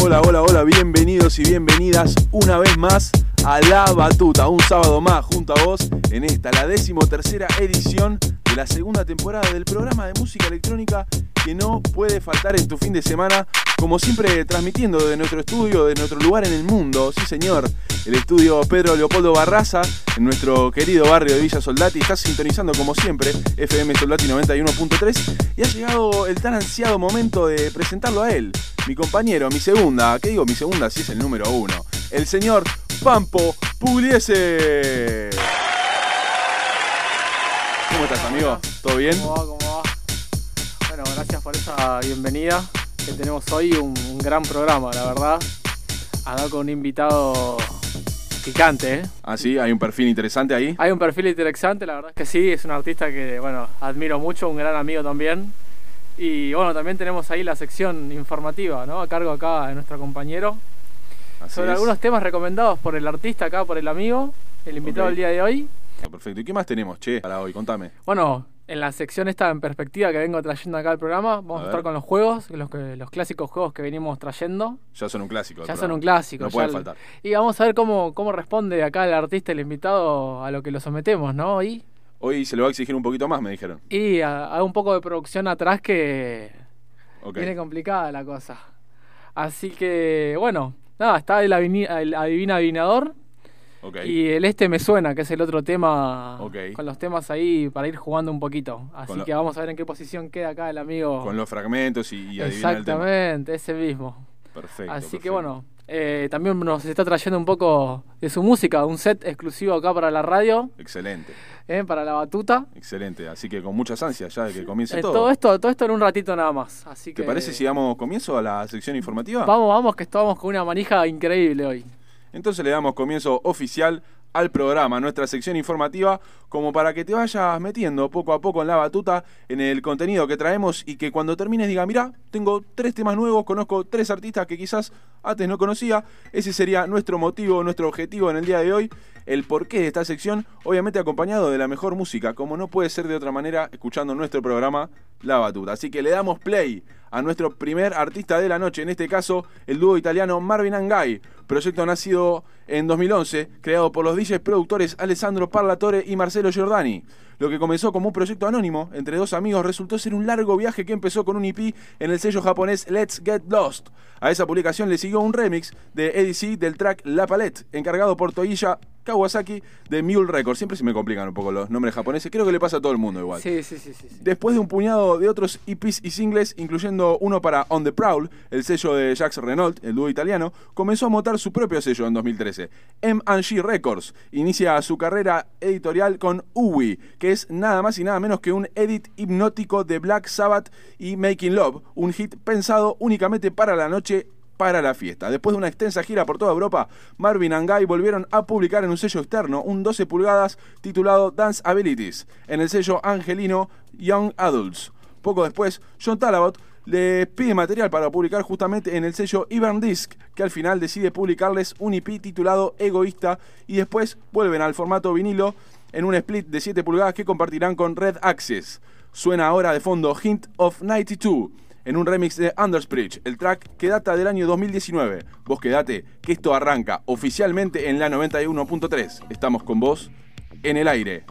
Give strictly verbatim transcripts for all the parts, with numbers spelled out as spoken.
Hola, hola, hola, bienvenidos y bienvenidas una vez más a La Batuta, un sábado más junto a vos en esta, la decimotercera edición de la segunda temporada del programa de música electrónica que no puede faltar en tu fin de semana, como siempre transmitiendo desde nuestro estudio, de nuestro lugar en el mundo, sí señor, el estudio Pedro Leopoldo Barraza, en nuestro querido barrio de Villa Soldati. Estás sintonizando como siempre F M Soldati noventa y uno punto tres y ha llegado el tan ansiado momento de presentarlo a él, mi compañero, mi segunda, ¿qué digo mi segunda? Si es el número uno, el señor Pampo Pugliese. ¿Cómo estás, amigo? ¿Todo bien? ¿Cómo va? ¿Cómo va? Bueno, gracias por esa bienvenida que tenemos hoy, un, un gran programa, la verdad. Acá con un invitado picante, ¿eh? Ah, sí, hay un perfil interesante ahí. Hay un perfil interesante, la verdad es que sí, es un artista que, bueno, admiro mucho, un gran amigo también. Y bueno, también tenemos ahí la sección informativa, ¿no? A cargo acá de nuestro compañero. Así sobre es. Algunos temas recomendados por el artista acá, por el amigo, el invitado Okay. del día de hoy. Perfecto. ¿Y qué más tenemos, che, para hoy? Contame. Bueno, en la sección esta en perspectiva que vengo trayendo acá al programa, vamos a, A estar ver. con los juegos, los, que, los clásicos juegos que venimos trayendo. Ya son un clásico. del Ya son programa. un clásico. No ya puede el- faltar. Y vamos a ver cómo, cómo responde acá el artista, el invitado, a lo que lo sometemos, ¿no? Y, Hoy se le va a exigir un poquito más, me dijeron. y a, a un poco de producción atrás que Ok. viene complicada la cosa. Así que, bueno, nada, está el, avini- el Adivina Adivinador. Ok. Y el Este Me Suena, que es el otro tema, Ok. con los temas ahí para ir jugando un poquito. Así Con lo- que vamos a ver en qué posición queda acá el amigo. Con los fragmentos y, y adivinar el tema. Exactamente, ese mismo. Perfecto. Así que perfecto. bueno, eh, también nos está trayendo un poco de su música, un set exclusivo acá para la radio, Excelente. eh, para la batuta. Excelente. Así que con muchas ansias ya de que comience Eh, todo. todo esto, todo esto en un ratito nada más. Así ¿Te que parece si damos comienzo a la sección informativa? vamos, vamos, que estamos con una manija increíble hoy. Entonces le damos comienzo oficial al programa, nuestra sección informativa, como para que te vayas metiendo poco a poco en la batuta, en el contenido que traemos y que cuando termines diga, mirá, tengo tres temas nuevos, conozco tres artistas que quizás antes no conocía. Ese sería nuestro motivo, nuestro objetivo en el día de hoy, el porqué de esta sección, obviamente acompañado de la mejor música, como no puede ser de otra manera, escuchando nuestro programa La Batuta. Así que le damos play a nuestro primer artista de la noche, en este caso el dúo italiano Marvin and Guy, proyecto nacido en dos mil once, creado por los D Js productores Alessandro Parlatore y Marcelo Giordani. Lo que comenzó como un proyecto anónimo entre dos amigos resultó ser un largo viaje que empezó con un E P en el sello japonés Let's Get Lost. A esa publicación le siguió un remix de Eddie C del track La Palette, encargado por Toiya Kawasaki de Mule Records. Siempre se me complican un poco los nombres japoneses, creo que le pasa a todo el mundo igual. Sí, sí, sí, sí, sí. Después de un puñado de otros E Ps y singles, incluyendo uno para On The Prowl, el sello de Jacques Renault, el dúo italiano, comenzó a montar su propio sello en dos mil trece. M and G Records inicia su carrera editorial con Uwi, que es nada más y nada menos que un edit hipnótico de Black Sabbath y Making Love, un hit pensado únicamente para la noche, para la fiesta. Después de una extensa gira por toda Europa, Marvin and Guy volvieron a publicar en un sello externo un doce pulgadas titulado Dance Abilities, en el sello angelino Young Adults. Poco después, John Talabot le pide material para publicar justamente en el sello Ivan Disc, que al final decide publicarles un E P titulado Egoísta, y después vuelven al formato vinilo en un split de siete pulgadas que compartirán con Red Access. Suena ahora de fondo Hint of noventa y dos, en un remix de Undersbridge, el track que data del año dos mil diecinueve. Vos quedate, que esto arranca oficialmente en la noventa y uno punto tres. Estamos con vos en el aire.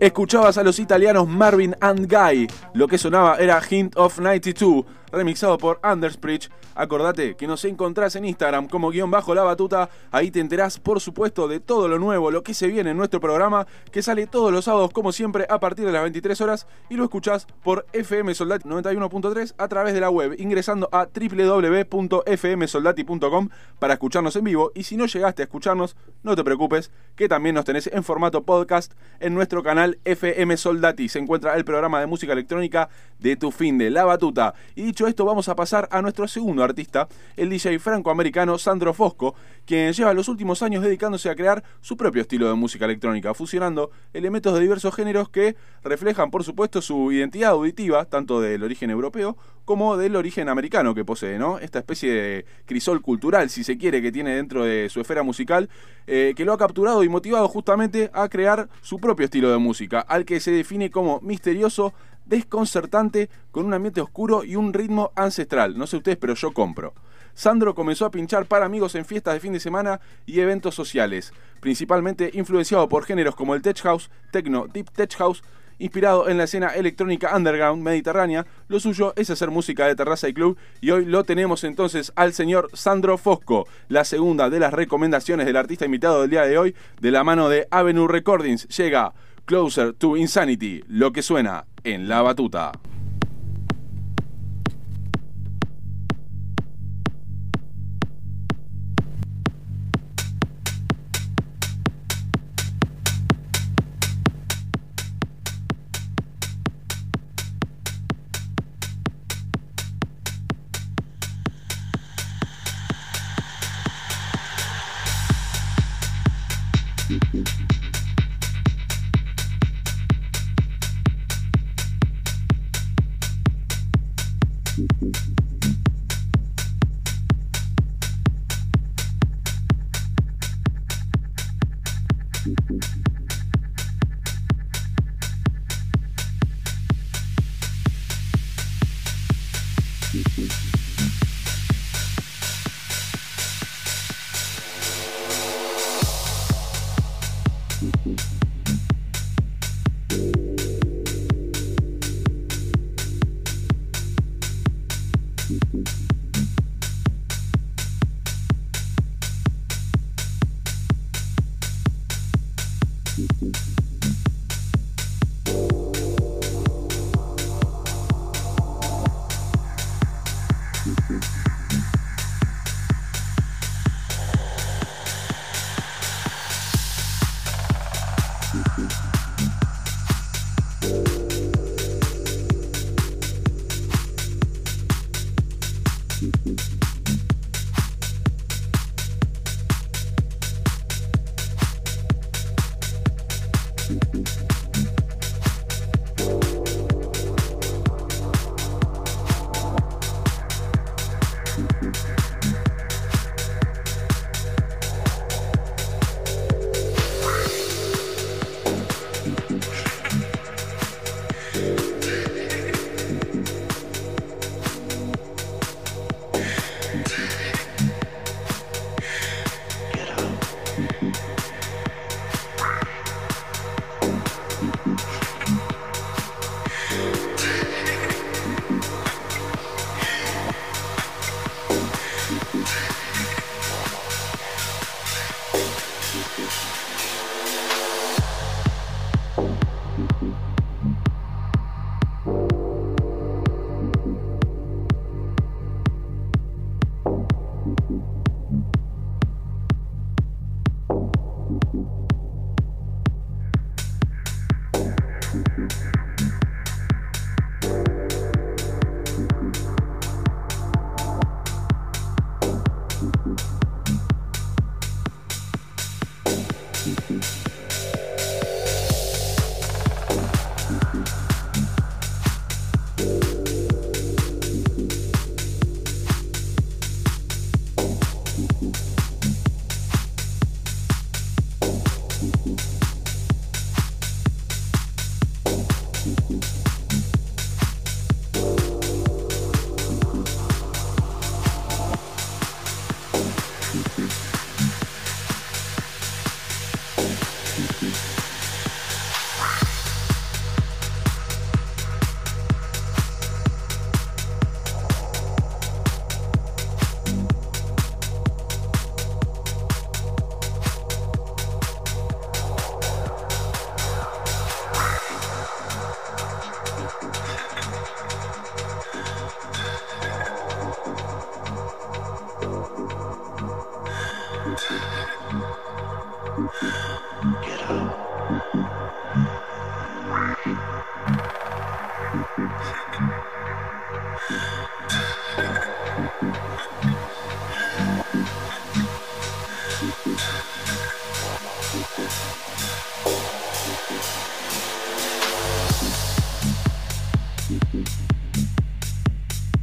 Escuchabas a los italianos Marvin and Guy. Lo que sonaba era Hint of noventa y dos, remixado por Underspreech. Acordate que nos encontrás en Instagram como guión bajo la batuta. Ahí te enterás, por supuesto, de todo lo nuevo, lo que se viene en nuestro programa, que sale todos los sábados, como siempre, a partir de las veintitrés horas. Y lo escuchás por F M Soldati noventa y uno punto tres a través de la web, ingresando a doble u doble u doble u punto f m soldati punto com para escucharnos en vivo. Y si no llegaste a escucharnos, no te preocupes, que también nos tenés en formato podcast en nuestro canal F M Soldati. Se encuentra el programa de música electrónica de tu fin de la batuta. Y dicho esto, vamos a pasar a nuestro segundo artista, el D J franco-americano Sandro Fosco, quien lleva los últimos años dedicándose a crear su propio estilo de música electrónica, fusionando elementos de diversos géneros que reflejan, por supuesto, su identidad auditiva, tanto del origen europeo como del origen americano que posee, ¿no? Esta especie de crisol cultural, si se quiere, que tiene dentro de su esfera musical, eh, que lo ha capturado y motivado justamente a crear su propio estilo de música, al que se define como misterioso, desconcertante, con un ambiente oscuro y un ritmo ancestral. No sé ustedes, pero yo compro. Sandro comenzó a pinchar para amigos en fiestas de fin de semana y eventos sociales, principalmente influenciado por géneros como el tech house, techno, deep tech house. Inspirado en la escena electrónica underground mediterránea, lo suyo es hacer música de terraza y club, y hoy lo tenemos entonces al señor Sandro Fosco, la segunda de las recomendaciones del artista invitado del día de hoy, de la mano de Avenue Recordings. Llega Closer to Insanity, lo que suena en La Batuta.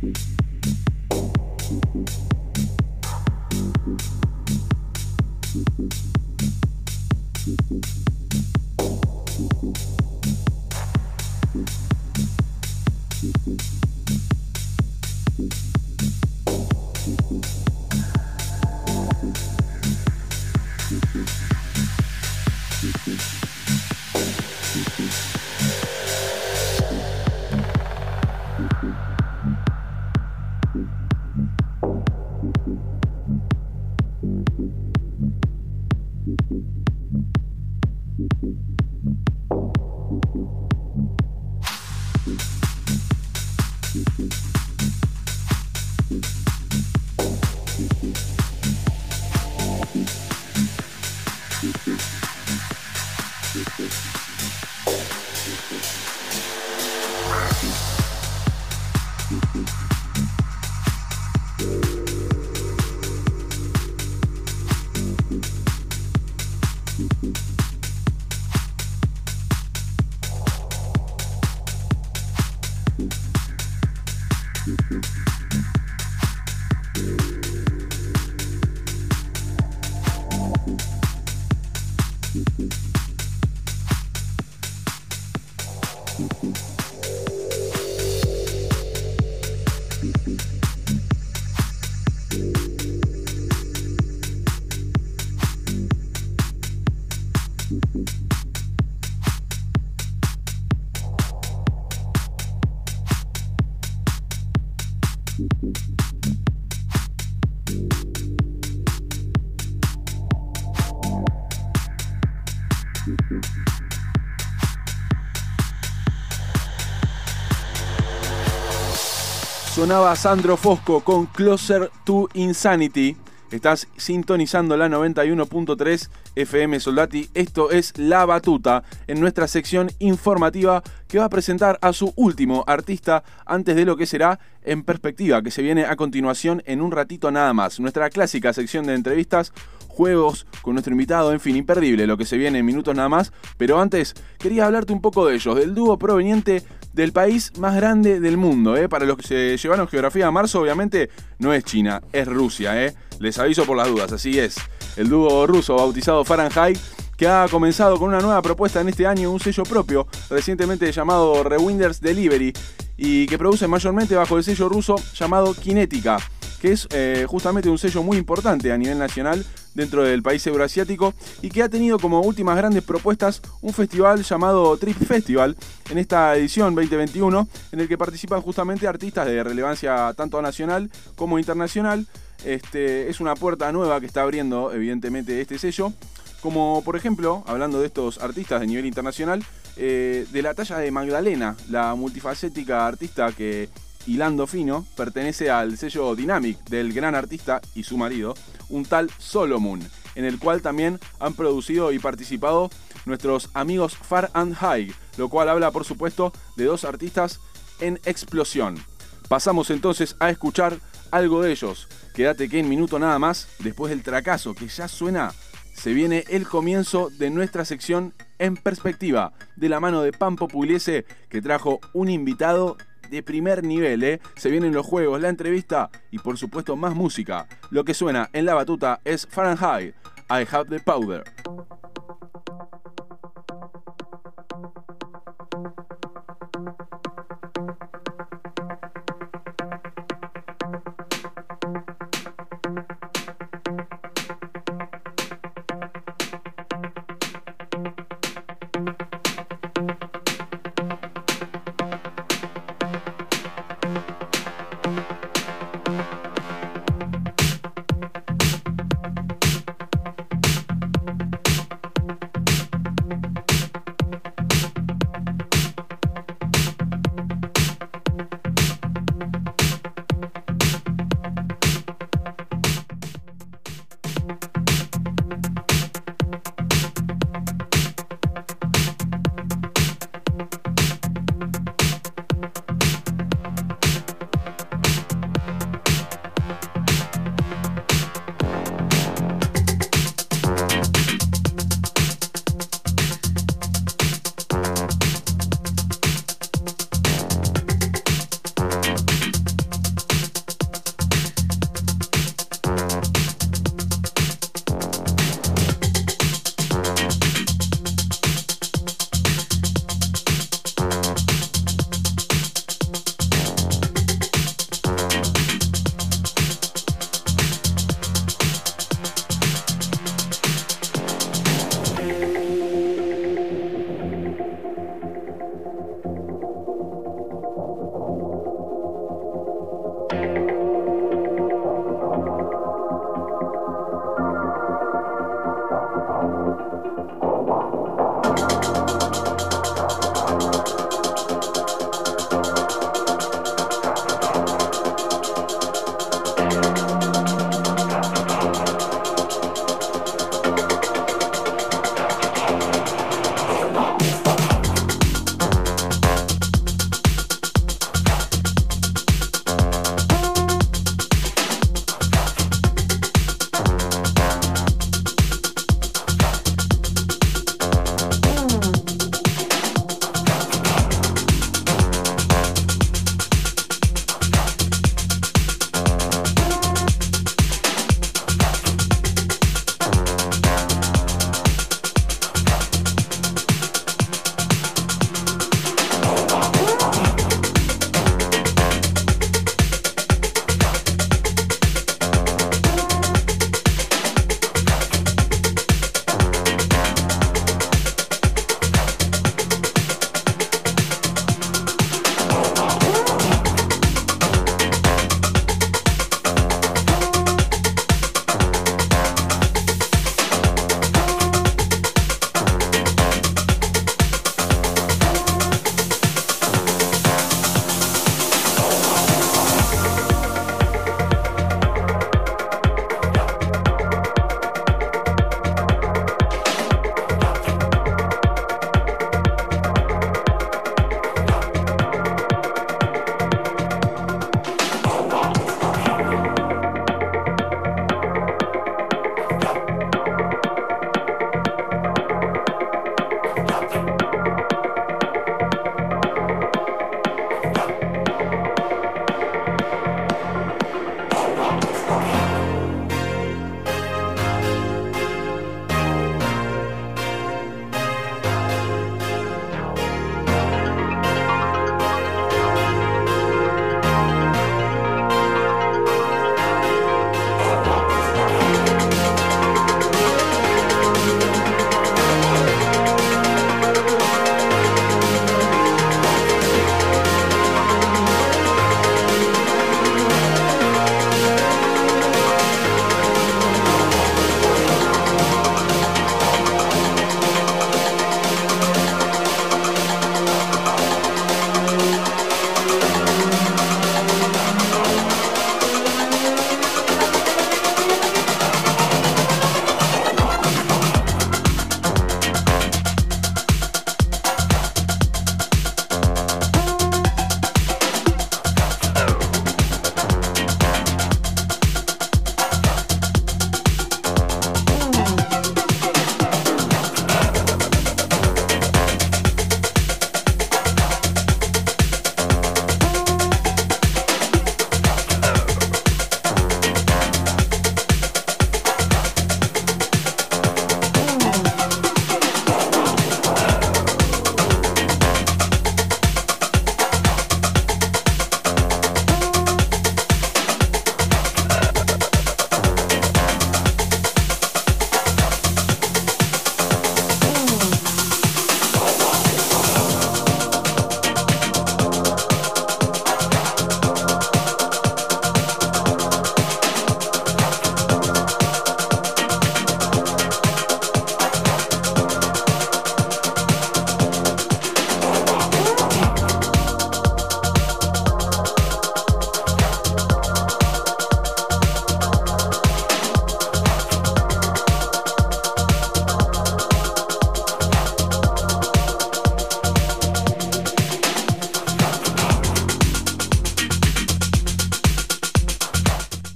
Sonaba Sandro Fosco con Closer to Insanity. Estás sintonizando la noventa y uno punto tres F M Soldati. Esto es La Batuta, en nuestra sección informativa que va a presentar a su último artista antes de lo que será En Perspectiva, que se viene a continuación en un ratito nada más. Nuestra clásica sección de entrevistas, juegos con nuestro invitado, en fin, imperdible lo que se viene en minutos nada más. Pero antes quería hablarte un poco de ellos, del dúo proveniente del país más grande del mundo, ¿eh? Para los que se llevaron geografía a marzo, obviamente no es China, es Rusia, ¿eh? Les aviso por las dudas, así es. El dúo ruso bautizado Fahrenheit, que ha comenzado con una nueva propuesta en este año, un sello propio, recientemente llamado Rewinders Delivery, y que produce mayormente bajo el sello ruso llamado Kinetica, que es eh, justamente un sello muy importante a nivel nacional dentro del país euroasiático y que ha tenido como últimas grandes propuestas un festival llamado Trip Festival en esta edición veinte veintiuno, en el que participan justamente artistas de relevancia tanto nacional como internacional. Este, es una puerta nueva que está abriendo evidentemente este sello, como por ejemplo, hablando de estos artistas de nivel internacional, eh, de la talla de Magdalena, la multifacética artista que, hilando fino, pertenece al sello Dynamic del gran artista y su marido, un tal Solomon, en el cual también han producido y participado nuestros amigos Far and High, lo cual habla por supuesto de dos artistas en explosión. Pasamos entonces a escuchar algo de ellos. Quédate que en minuto nada más, después del tracazo que ya suena, se viene el comienzo de nuestra sección En Perspectiva, de la mano de Pampo Pugliese, que trajo un invitado de primer nivel, ¿eh? Se vienen los juegos, la entrevista y por supuesto más música. Lo que suena en la batuta es Fahrenheit, I Have the Powder.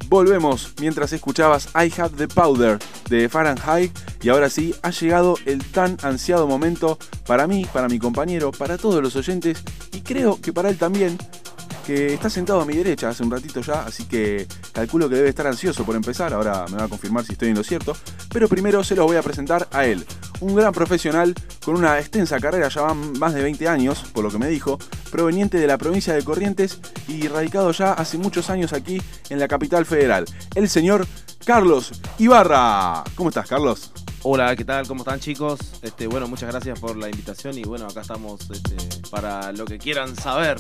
Volvemos mientras escuchabas I Have the Powder de Fahrenheit y ahora sí ha llegado el tan ansiado momento para mí, para mi compañero, para todos los oyentes y creo que para él también, que está sentado a mi derecha hace un ratito ya, así que calculo que debe estar ansioso por empezar, ahora me va a confirmar si estoy en lo cierto, pero primero se los voy a presentar a él, un gran profesional con una extensa carrera, ya van más de veinte años, por lo que me dijo, proveniente de la provincia de Corrientes y radicado ya hace muchos años aquí en la capital federal, el señor Carlos Ibarra. ¿Cómo estás, Carlos? Hola, ¿qué tal? ¿Cómo están, chicos? Este, bueno, muchas gracias por la invitación y bueno, acá estamos este, para lo que quieran saber.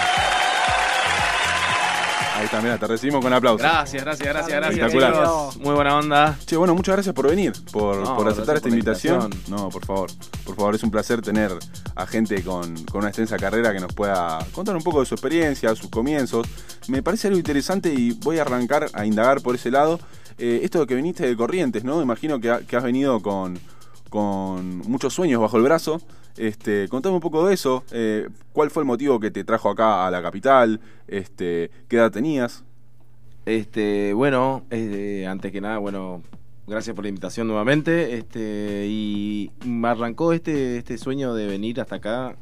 Ahí está, mira, te recibimos con aplausos. Gracias, gracias, gracias, gracias. Espectacular. Chicos. Muy buena onda. Che, bueno, muchas gracias por venir, por, No, por aceptar esta por la invitación. invitación. No, por favor, por favor, es un placer tener a gente con, con una extensa carrera que nos pueda contar un poco de su experiencia, sus comienzos. Me parece algo interesante y voy a arrancar a indagar por ese lado. Eh, esto de que viniste de Corrientes, ¿no? Imagino que, ha, que has venido con, con muchos sueños bajo el brazo. Este, contame un poco de eso. Eh, ¿Cuál fue el motivo que te trajo acá a la capital? Este, ¿qué edad tenías? Este, bueno, eh, antes que nada, bueno, gracias por la invitación nuevamente. Este, y me arrancó este, este sueño de venir hasta acá.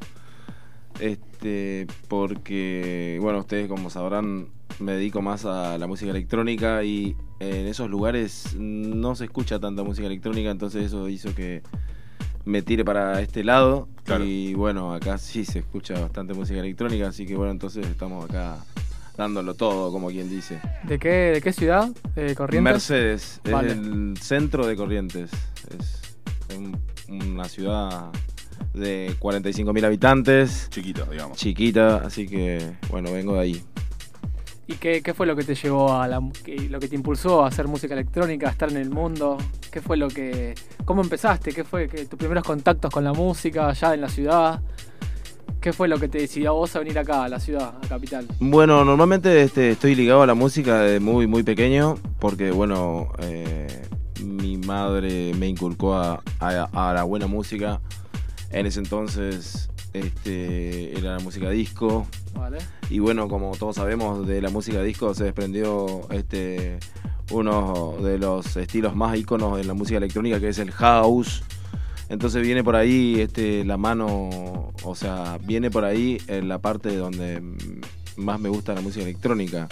Este, porque, bueno, ustedes como sabrán, me dedico más a la música electrónica y en esos lugares no se escucha tanta música electrónica, entonces eso hizo que me tire para este lado. Claro. Y bueno, acá sí se escucha bastante música electrónica, así que bueno, entonces estamos acá dándolo todo, como quien dice. ¿De qué, de qué ciudad? ¿De Corrientes? Mercedes, Vale. es el centro de Corrientes. Es un, una ciudad de cuarenta y cinco mil habitantes. Chiquito, digamos. Chiquita, así que bueno, vengo de ahí. ¿Y qué, qué fue lo que te llevó a la, que- lo que te impulsó a hacer música electrónica, a estar en el mundo? ¿Qué fue lo que, cómo empezaste? ¿Qué fue que, tus primeros contactos con la música allá en la ciudad? ¿Qué fue lo que te decidió a vos a venir acá, a la ciudad, a Capital? Bueno, normalmente este, estoy ligado a la música desde muy, muy pequeño, porque bueno, eh, mi madre me inculcó a, a- a la buena música. En ese entonces este, era la música disco. ¿Vale? Y bueno, como todos sabemos, de la música disco se desprendió este, uno de los estilos más íconos de la música electrónica, que es el house. Entonces viene por ahí este, la mano, o sea, viene por ahí en la parte donde más me gusta la música electrónica.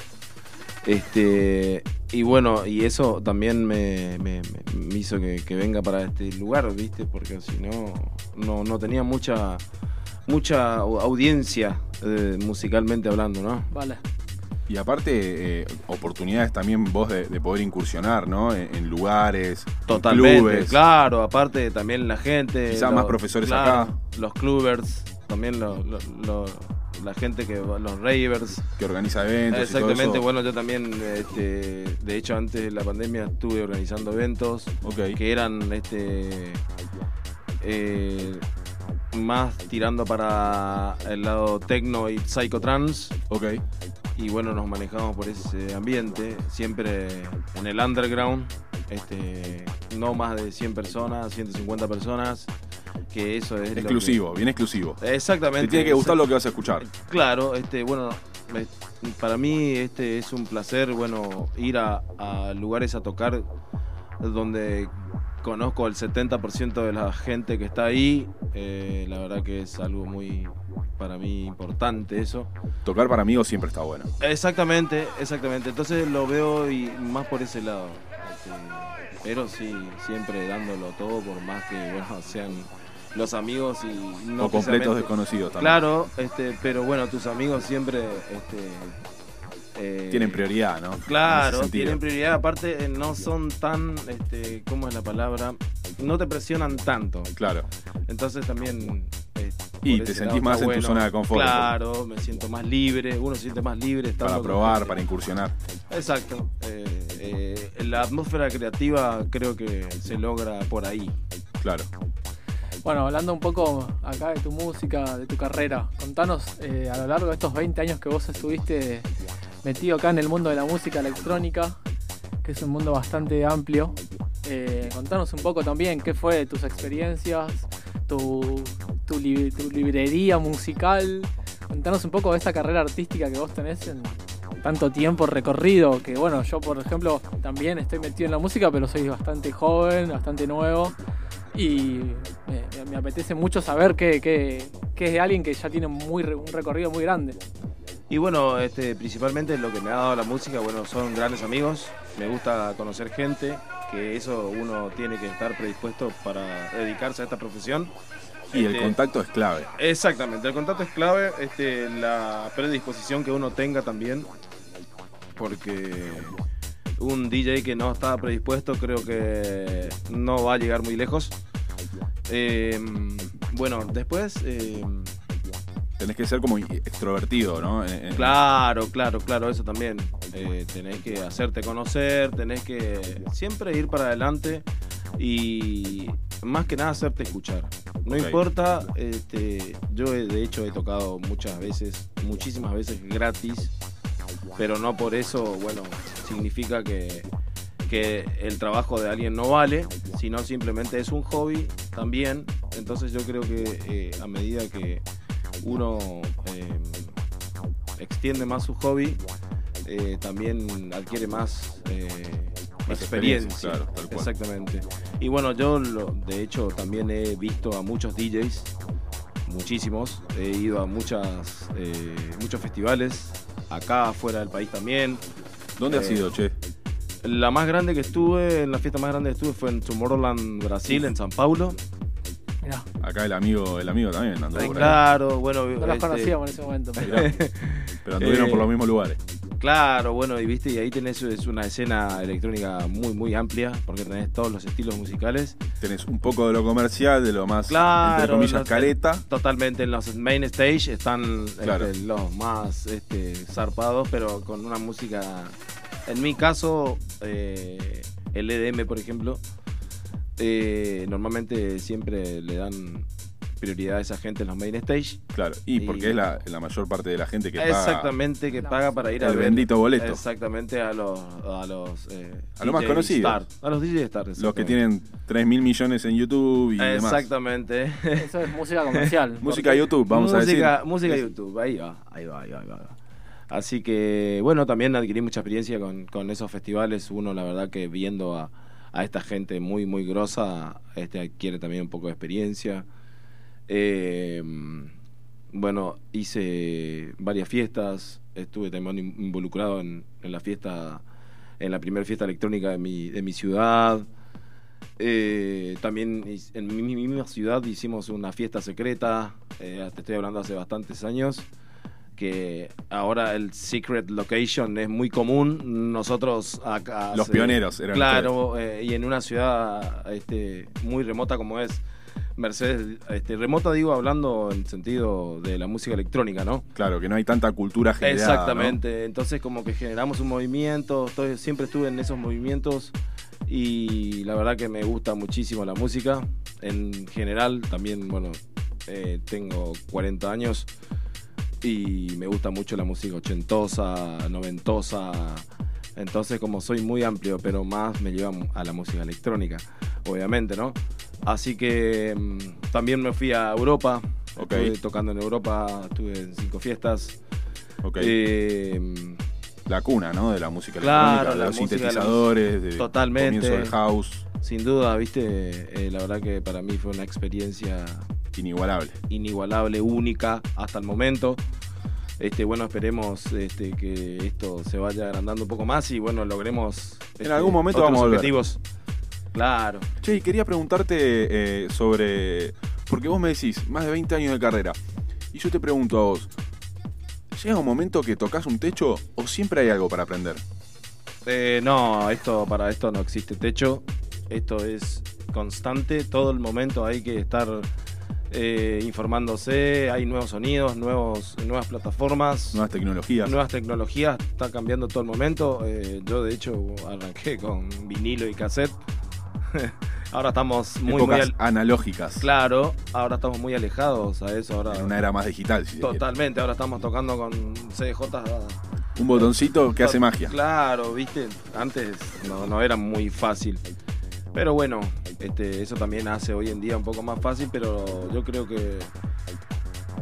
Este, y bueno, y eso también me, me, me hizo que, que venga para este lugar, ¿viste? Porque si no, no, no tenía mucha, mucha audiencia eh, musicalmente hablando, ¿no? Vale. Y aparte, eh, oportunidades también vos de, de poder incursionar, ¿no? En, en lugares, Totalmente, en clubes. claro, aparte también la gente. Quizá lo- más profesores claro, acá. Los clubbers, también lo- lo- lo- la gente que va- los ravers. Que organiza eventos. Exactamente, y todo eso. bueno, yo también, este, de hecho antes de la pandemia estuve organizando eventos Ok. que eran este eh, más tirando para el lado techno y psychotrance. Ok. Y bueno, nos manejamos por ese ambiente, siempre en el underground, este, no más de cien personas, ciento cincuenta personas, que eso es lo Exclusivo, bien exclusivo. que- exactamente. Te tiene que gustar lo que vas a escuchar. Claro, este, bueno, me- para mí este es un placer, bueno, ir a, a lugares a tocar donde conozco el setenta por ciento de la gente que está ahí. Eh, la verdad que es algo muy, para mí, importante eso. Tocar para amigos siempre está bueno. Exactamente, exactamente. Entonces lo veo y más por ese lado. Este, pero sí, siempre dándolo todo, por más que bueno sean los amigos y no o completos precisamente- desconocidos también. Claro, este, pero bueno, tus amigos siempre este, eh, Tienen prioridad, ¿no? En Claro, ese sentido. tienen prioridad. Aparte, eh, no son tan, este, ¿cómo es la palabra? No te presionan tanto. Claro. Entonces también. eh, Y por te ese sentís lado más está en tu bueno. zona de confort. Claro, me siento más libre. Uno se siente más libre. estando Para con probar, gente. para incursionar. Exacto. Eh, eh, la atmósfera creativa creo que se logra por ahí. Claro. Bueno, hablando un poco acá de tu música, de tu carrera, contanos eh, a lo largo de estos veinte años que vos estuviste metido acá en el mundo de la música electrónica, que es un mundo bastante amplio. Eh, contanos un poco también qué fue tus experiencias, tu, tu, li- tu librería musical. Contanos un poco de esta carrera artística que vos tenés en, tanto tiempo recorrido, que bueno, yo por ejemplo también estoy metido en la música, pero soy bastante joven, bastante nuevo, y me, me apetece mucho saber que, que, que es de alguien que ya tiene muy, un recorrido muy grande. Y bueno, este, principalmente lo que me ha dado la música, bueno, son grandes amigos, me gusta conocer gente, que eso uno tiene que estar predispuesto para dedicarse a esta profesión. Y este, el contacto es clave. Exactamente, el contacto es clave, este, la predisposición que uno tenga también, porque un D J que no está predispuesto creo que no va a llegar muy lejos. Eh, bueno, después... Eh, Tenés que ser como extrovertido, ¿no? En, en... Claro, claro, claro, eso también. Eh, tenés que hacerte conocer, tenés que siempre ir para adelante y más que nada hacerte escuchar. No Okay. importa, este, yo he, de hecho he tocado muchas veces, muchísimas veces gratis, pero no por eso, bueno, significa que, que el trabajo de alguien no vale, sino simplemente es un hobby también. Entonces yo creo que eh, a medida que uno eh, extiende más su hobby, eh, también adquiere más, eh, Más experiencia. experiencia, claro, tal cual. Exactamente. Y bueno, yo lo, de hecho también he visto a muchos D Js, muchísimos. He ido a muchas, eh, muchos festivales, acá afuera del país también. ¿Dónde Eh, has ido, che? La más grande que estuve, la fiesta más grande que estuve fue en Tomorrowland, Brasil, en San Paulo. Mirá, Acá el amigo, el amigo también andó por ahí. Claro, bueno, no los este, conocíamos en ese momento. Pero... Mirá, pero anduvieron Eh, por los mismos lugares. Claro, bueno, y viste, y ahí tenés es una escena electrónica muy, muy amplia, porque tenés todos los estilos musicales. Tenés un poco de lo comercial, de lo más, Claro, entre comillas, los- careta. Totalmente, en los main stage están Claro. este, los más este, zarpados, pero con una música, en mi caso, eh, el E D M, por ejemplo, eh, normalmente siempre le dan prioridad a esa gente en los main stage. Claro, y porque Y- es la, la mayor parte de la gente que paga Exactamente, que paga para ir a el ver bendito boleto. Exactamente, a los a los eh, A los más D J conocidos. Star, a los D J Star, Los que exactamente. tienen tres mil millones en YouTube y demás. Exactamente. Eso es música comercial. Música porque- YouTube, vamos música, a decir. música YouTube, ahí va, ahí va, ahí va, ahí va. Así que, bueno, también adquirí mucha experiencia con, con esos festivales. Uno, la verdad, que viendo a, a esta gente muy, muy grosa, este, adquiere también un poco de experiencia. Eh, bueno, hice varias fiestas, estuve también in- involucrado en, en la fiesta, en la primera fiesta electrónica de mi, de mi ciudad. Eh, también hice- en mi, mi misma ciudad hicimos una fiesta secreta, eh, te estoy hablando hace bastantes años, que ahora el secret location es muy común. Nosotros acá... Los hace- pioneros eran Claro, eh, y en una ciudad este, muy remota como es Mercedes, este, remota digo hablando en sentido de la música electrónica, ¿no? Claro, que no hay tanta cultura generada. Exactamente, entonces como que generamos un movimiento, estoy- siempre estuve en esos movimientos y la verdad que me gusta muchísimo la música. En general también, bueno, eh, tengo cuarenta años y me gusta mucho la música ochentosa, noventosa. Entonces como soy muy amplio, pero más me lleva a la música electrónica, obviamente, ¿no? Así que mm, también me fui a Europa, Ok. estuve tocando en Europa, estuve en cinco fiestas. ¿no? Ok. Eh, La cuna, ¿no? De la música Claro, electrónica, de la los música, sintetizadores, de Totalmente. comienzo del house, sin duda, viste, eh, la verdad que para mí fue una experiencia inigualable. inigualable, única hasta el momento. Este, bueno, esperemos este, que esto se vaya agrandando un poco más y bueno, logremos este, algún momento otros vamos a volver. objetivos. Claro. Che, y quería preguntarte eh, sobre... Porque vos me decís, más de veinte años de carrera. Y yo te pregunto a vos, ¿llega un momento que tocas un techo o siempre hay algo para aprender? Eh, no, esto para esto no existe techo. Esto es constante. Todo el momento hay que estar eh, informándose. Hay nuevos sonidos, nuevos, nuevas plataformas. Nuevas tecnologías. Nuevas tecnologías, está cambiando todo el momento. Eh, yo de hecho arranqué con vinilo y cassette. Ahora estamos muy, muy Épocas al- analógicas. claro, ahora estamos muy alejados a eso. Ahora En una era más digital, si se quiere. totalmente, ahora estamos tocando con C D J. Un botoncito que hace To- magia. Claro, viste, antes no, no era muy fácil. Pero bueno, este, eso también hace hoy en día un poco más fácil, pero yo creo que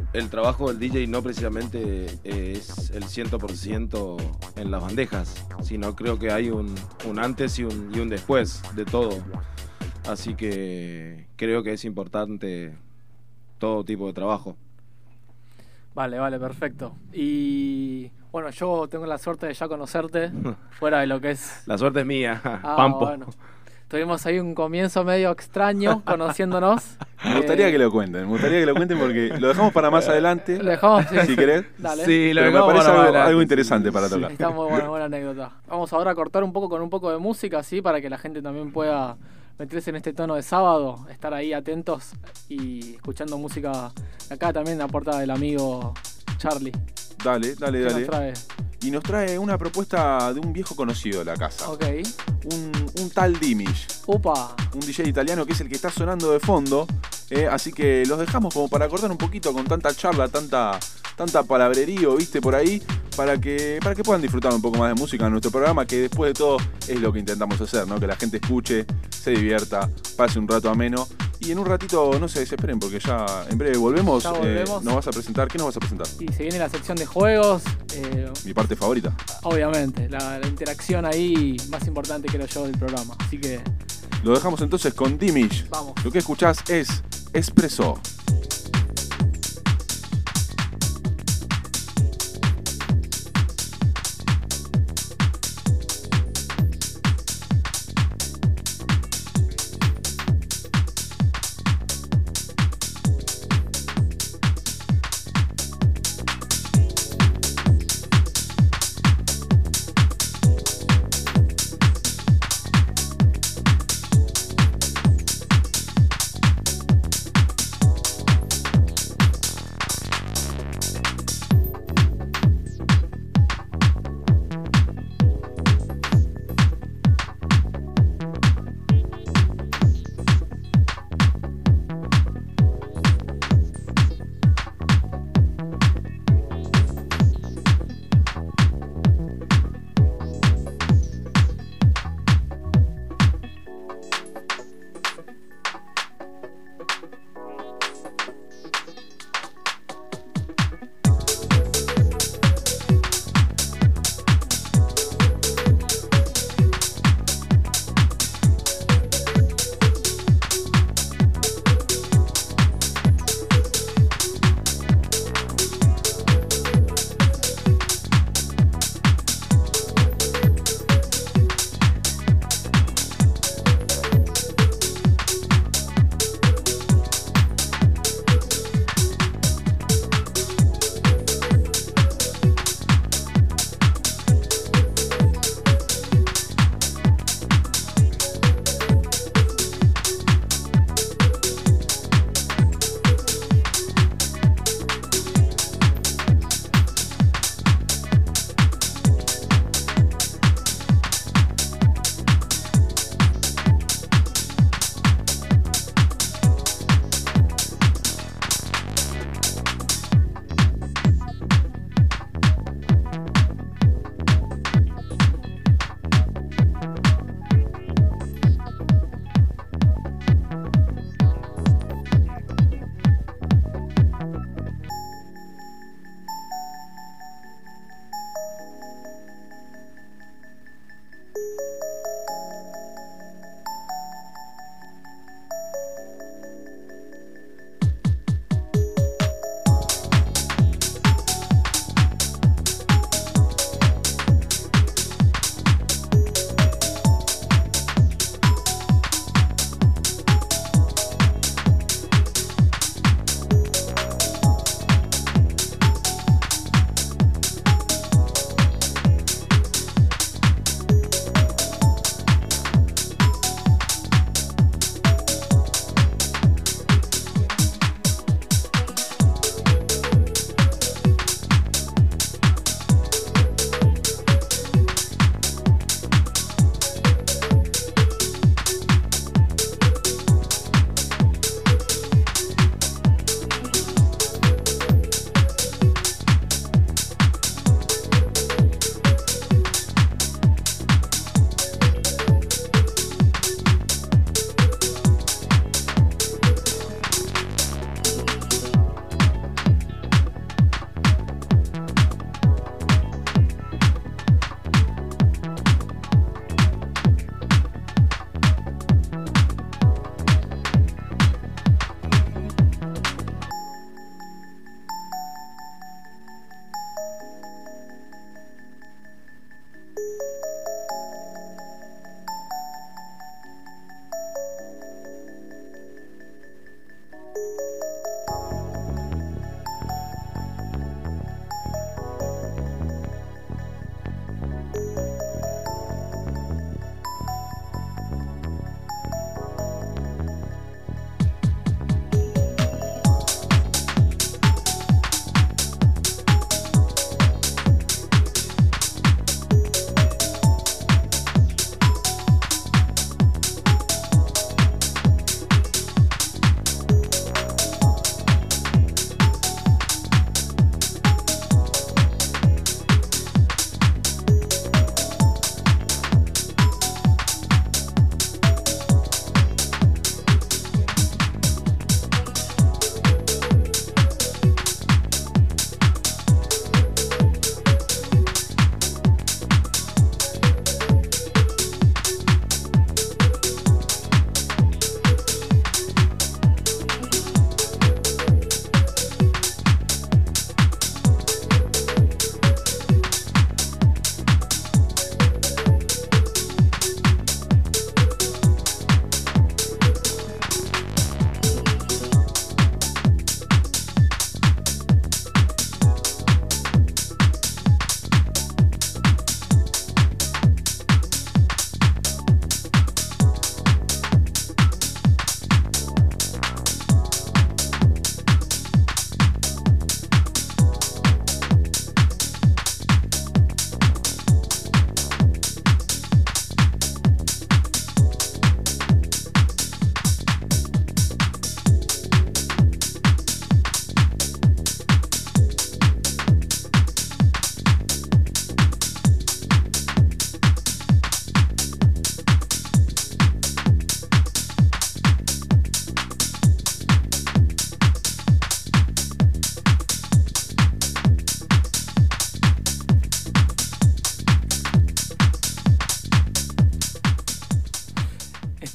el trabajo del D J no precisamente es el cien por ciento en las bandejas, sino creo que hay un, un antes y un, y un después de todo. Así que creo que es importante todo tipo de trabajo. Vale, vale, perfecto. Y bueno, yo tengo la suerte de ya conocerte fuera de lo que es... La suerte es mía, Ah, Pampo. bueno. Tuvimos ahí un comienzo medio extraño conociéndonos. Me gustaría Eh, que lo cuenten, me gustaría que lo cuenten porque lo dejamos para más adelante, Lo dejamos, sí. si querés. Dale. Sí, lo Pero me dejamos parece para algo, adelante, algo sí, interesante sí, para sí. tocar. Está muy buena, buena anécdota. Vamos ahora a cortar un poco con un poco de música, así, para que la gente también pueda meterse en este tono de sábado, estar ahí atentos y escuchando música. Acá también aporta el amigo Charlie. Dale, dale, ¿Qué dale. nos trae? Y nos trae una propuesta de un viejo conocido de la casa. Ok. Un, un tal Dimish. Upa. Un D J italiano que es el que está sonando de fondo. eh, así que los dejamos como para acordar un poquito con tanta charla, tanta, tanta palabrerío, viste, por ahí, para que, para que puedan disfrutar un poco más de música en nuestro programa, que después de todo es lo que intentamos hacer, ¿no? Que la gente escuche, se divierta, pase un rato ameno. Y en un ratito no se desesperen porque ya en breve volvemos. Ya volvemos. Eh, nos vas a presentar. ¿Qué nos vas a presentar? Y se viene la sección de juegos. Eh, Mi parte favorita. obviamente, la, la interacción ahí más importante creo yo del programa. Así que Lo dejamos entonces con Dimish. vamos. Lo que escuchás es Espresso.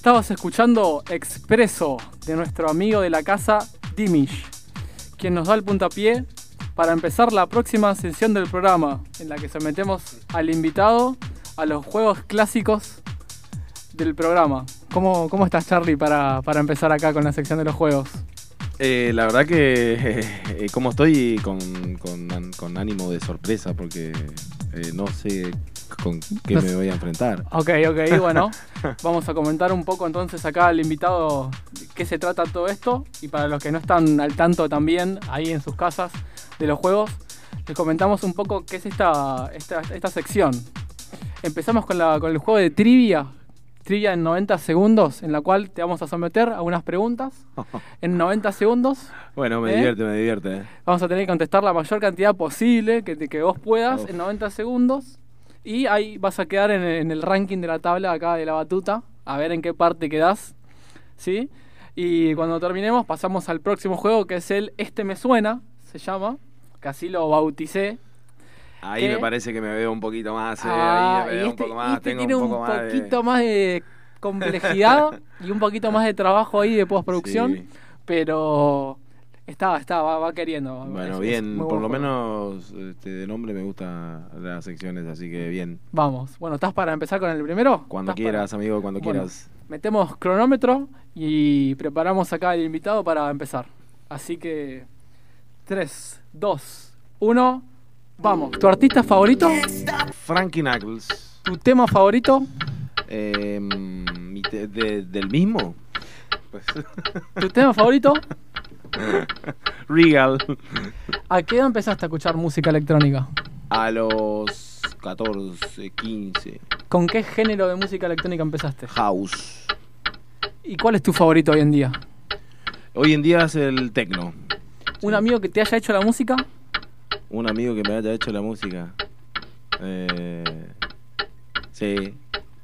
Estabas escuchando Expreso de nuestro amigo de la casa, Dimish, quien nos da el puntapié para empezar la próxima sesión del programa, en la que sometemos al invitado a los juegos clásicos del programa. ¿Cómo, cómo estás, Charlie, para, para empezar acá con la sección de los juegos? Eh, la verdad que eh, como estoy con, con, con ánimo de sorpresa porque eh, no sé con qué no me sé. voy a enfrentar. Ok, ok, bueno, vamos a comentar un poco entonces acá al invitado de qué se trata todo esto, y para los que no están al tanto también ahí en sus casas de los juegos, les comentamos un poco qué es esta, esta, esta sección. Empezamos con, la, con el juego de trivia, trivia en noventa segundos, en la cual te vamos a someter a unas preguntas en noventa segundos. Bueno, me ¿Eh? divierte, me divierte. eh. Vamos a tener que contestar la mayor cantidad posible que, te- que vos puedas Uf. en noventa segundos. Y ahí vas a quedar en el, en el ranking de la tabla acá de la batuta, a ver en qué parte quedás, ¿sí? Y cuando terminemos pasamos al próximo juego, que es el Este Me Suena, se llama, que así lo bauticé. Ahí ¿Qué? me parece que me veo un poquito más, eh, Ah, ahí me y veo este, un poco más, este tengo tiene un un, poco más de- poquito más de complejidad y un poquito más de trabajo ahí de postproducción, Sí. pero está, está, va, va queriendo. Bueno, Es- es bien, muy por buen lo juego. menos este, de nombre me gustan las secciones, así que bien. Vamos, bueno, ¿estás para empezar con el primero? Cuando ¿Estás para? quieras, amigo, cuando Bueno, quieras. metemos cronómetro y preparamos acá al invitado para empezar. Así que tres, dos, uno, vamos. ¿Tu artista favorito? Frankie Knuckles. ¿Tu tema favorito? Eh, mi te- de- ¿Del mismo? Pues, ¿Tu tema favorito? Regal. ¿A qué edad empezaste a escuchar música electrónica? A los catorce, quince. ¿Con qué género de música electrónica empezaste? House. ¿Y cuál es tu favorito hoy en día? Hoy en día es el techno. ¿Un amigo que te haya hecho la música? Un amigo que me haya hecho la música. Eh, sí.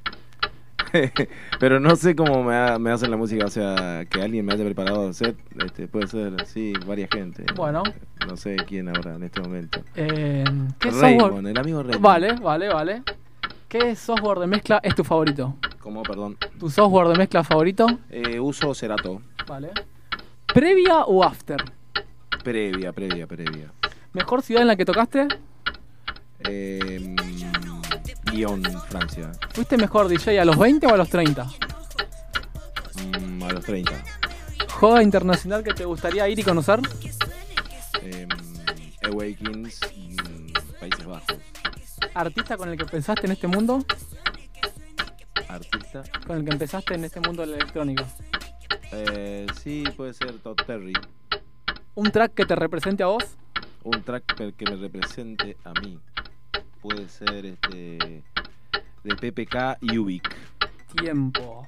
Pero no sé cómo me, ha- me hacen la música. O sea, que alguien me haya preparado el set. Este, puede ser, sí, varias gente. Bueno. No sé quién ahora en este momento. Eh, ¿Qué Raymond, software? el amigo Raymond. Vale, vale, vale. ¿Qué software de mezcla es tu favorito? ¿Cómo, perdón? ¿Tu software de mezcla favorito? Eh, uso Cerato. Vale. ¿Previa o after? Previa, previa, previa. ¿Mejor ciudad en la que tocaste? Eh, Lyon, Francia. ¿Fuiste mejor D J a los veinte o a los treinta? Mm, a los treinta. ¿Joda internacional que te gustaría ir y conocer? Eh, Awakens, mm, Países Bajos. ¿Artista con el que pensaste en este mundo? Artista. Con el que empezaste en este mundo de la electrónica. Eh, sí, puede ser Todd Terry. ¿Un track que te represente a vos? Un track per- que me represente a mí. Puede ser este de P P K y Ubik. Tiempo.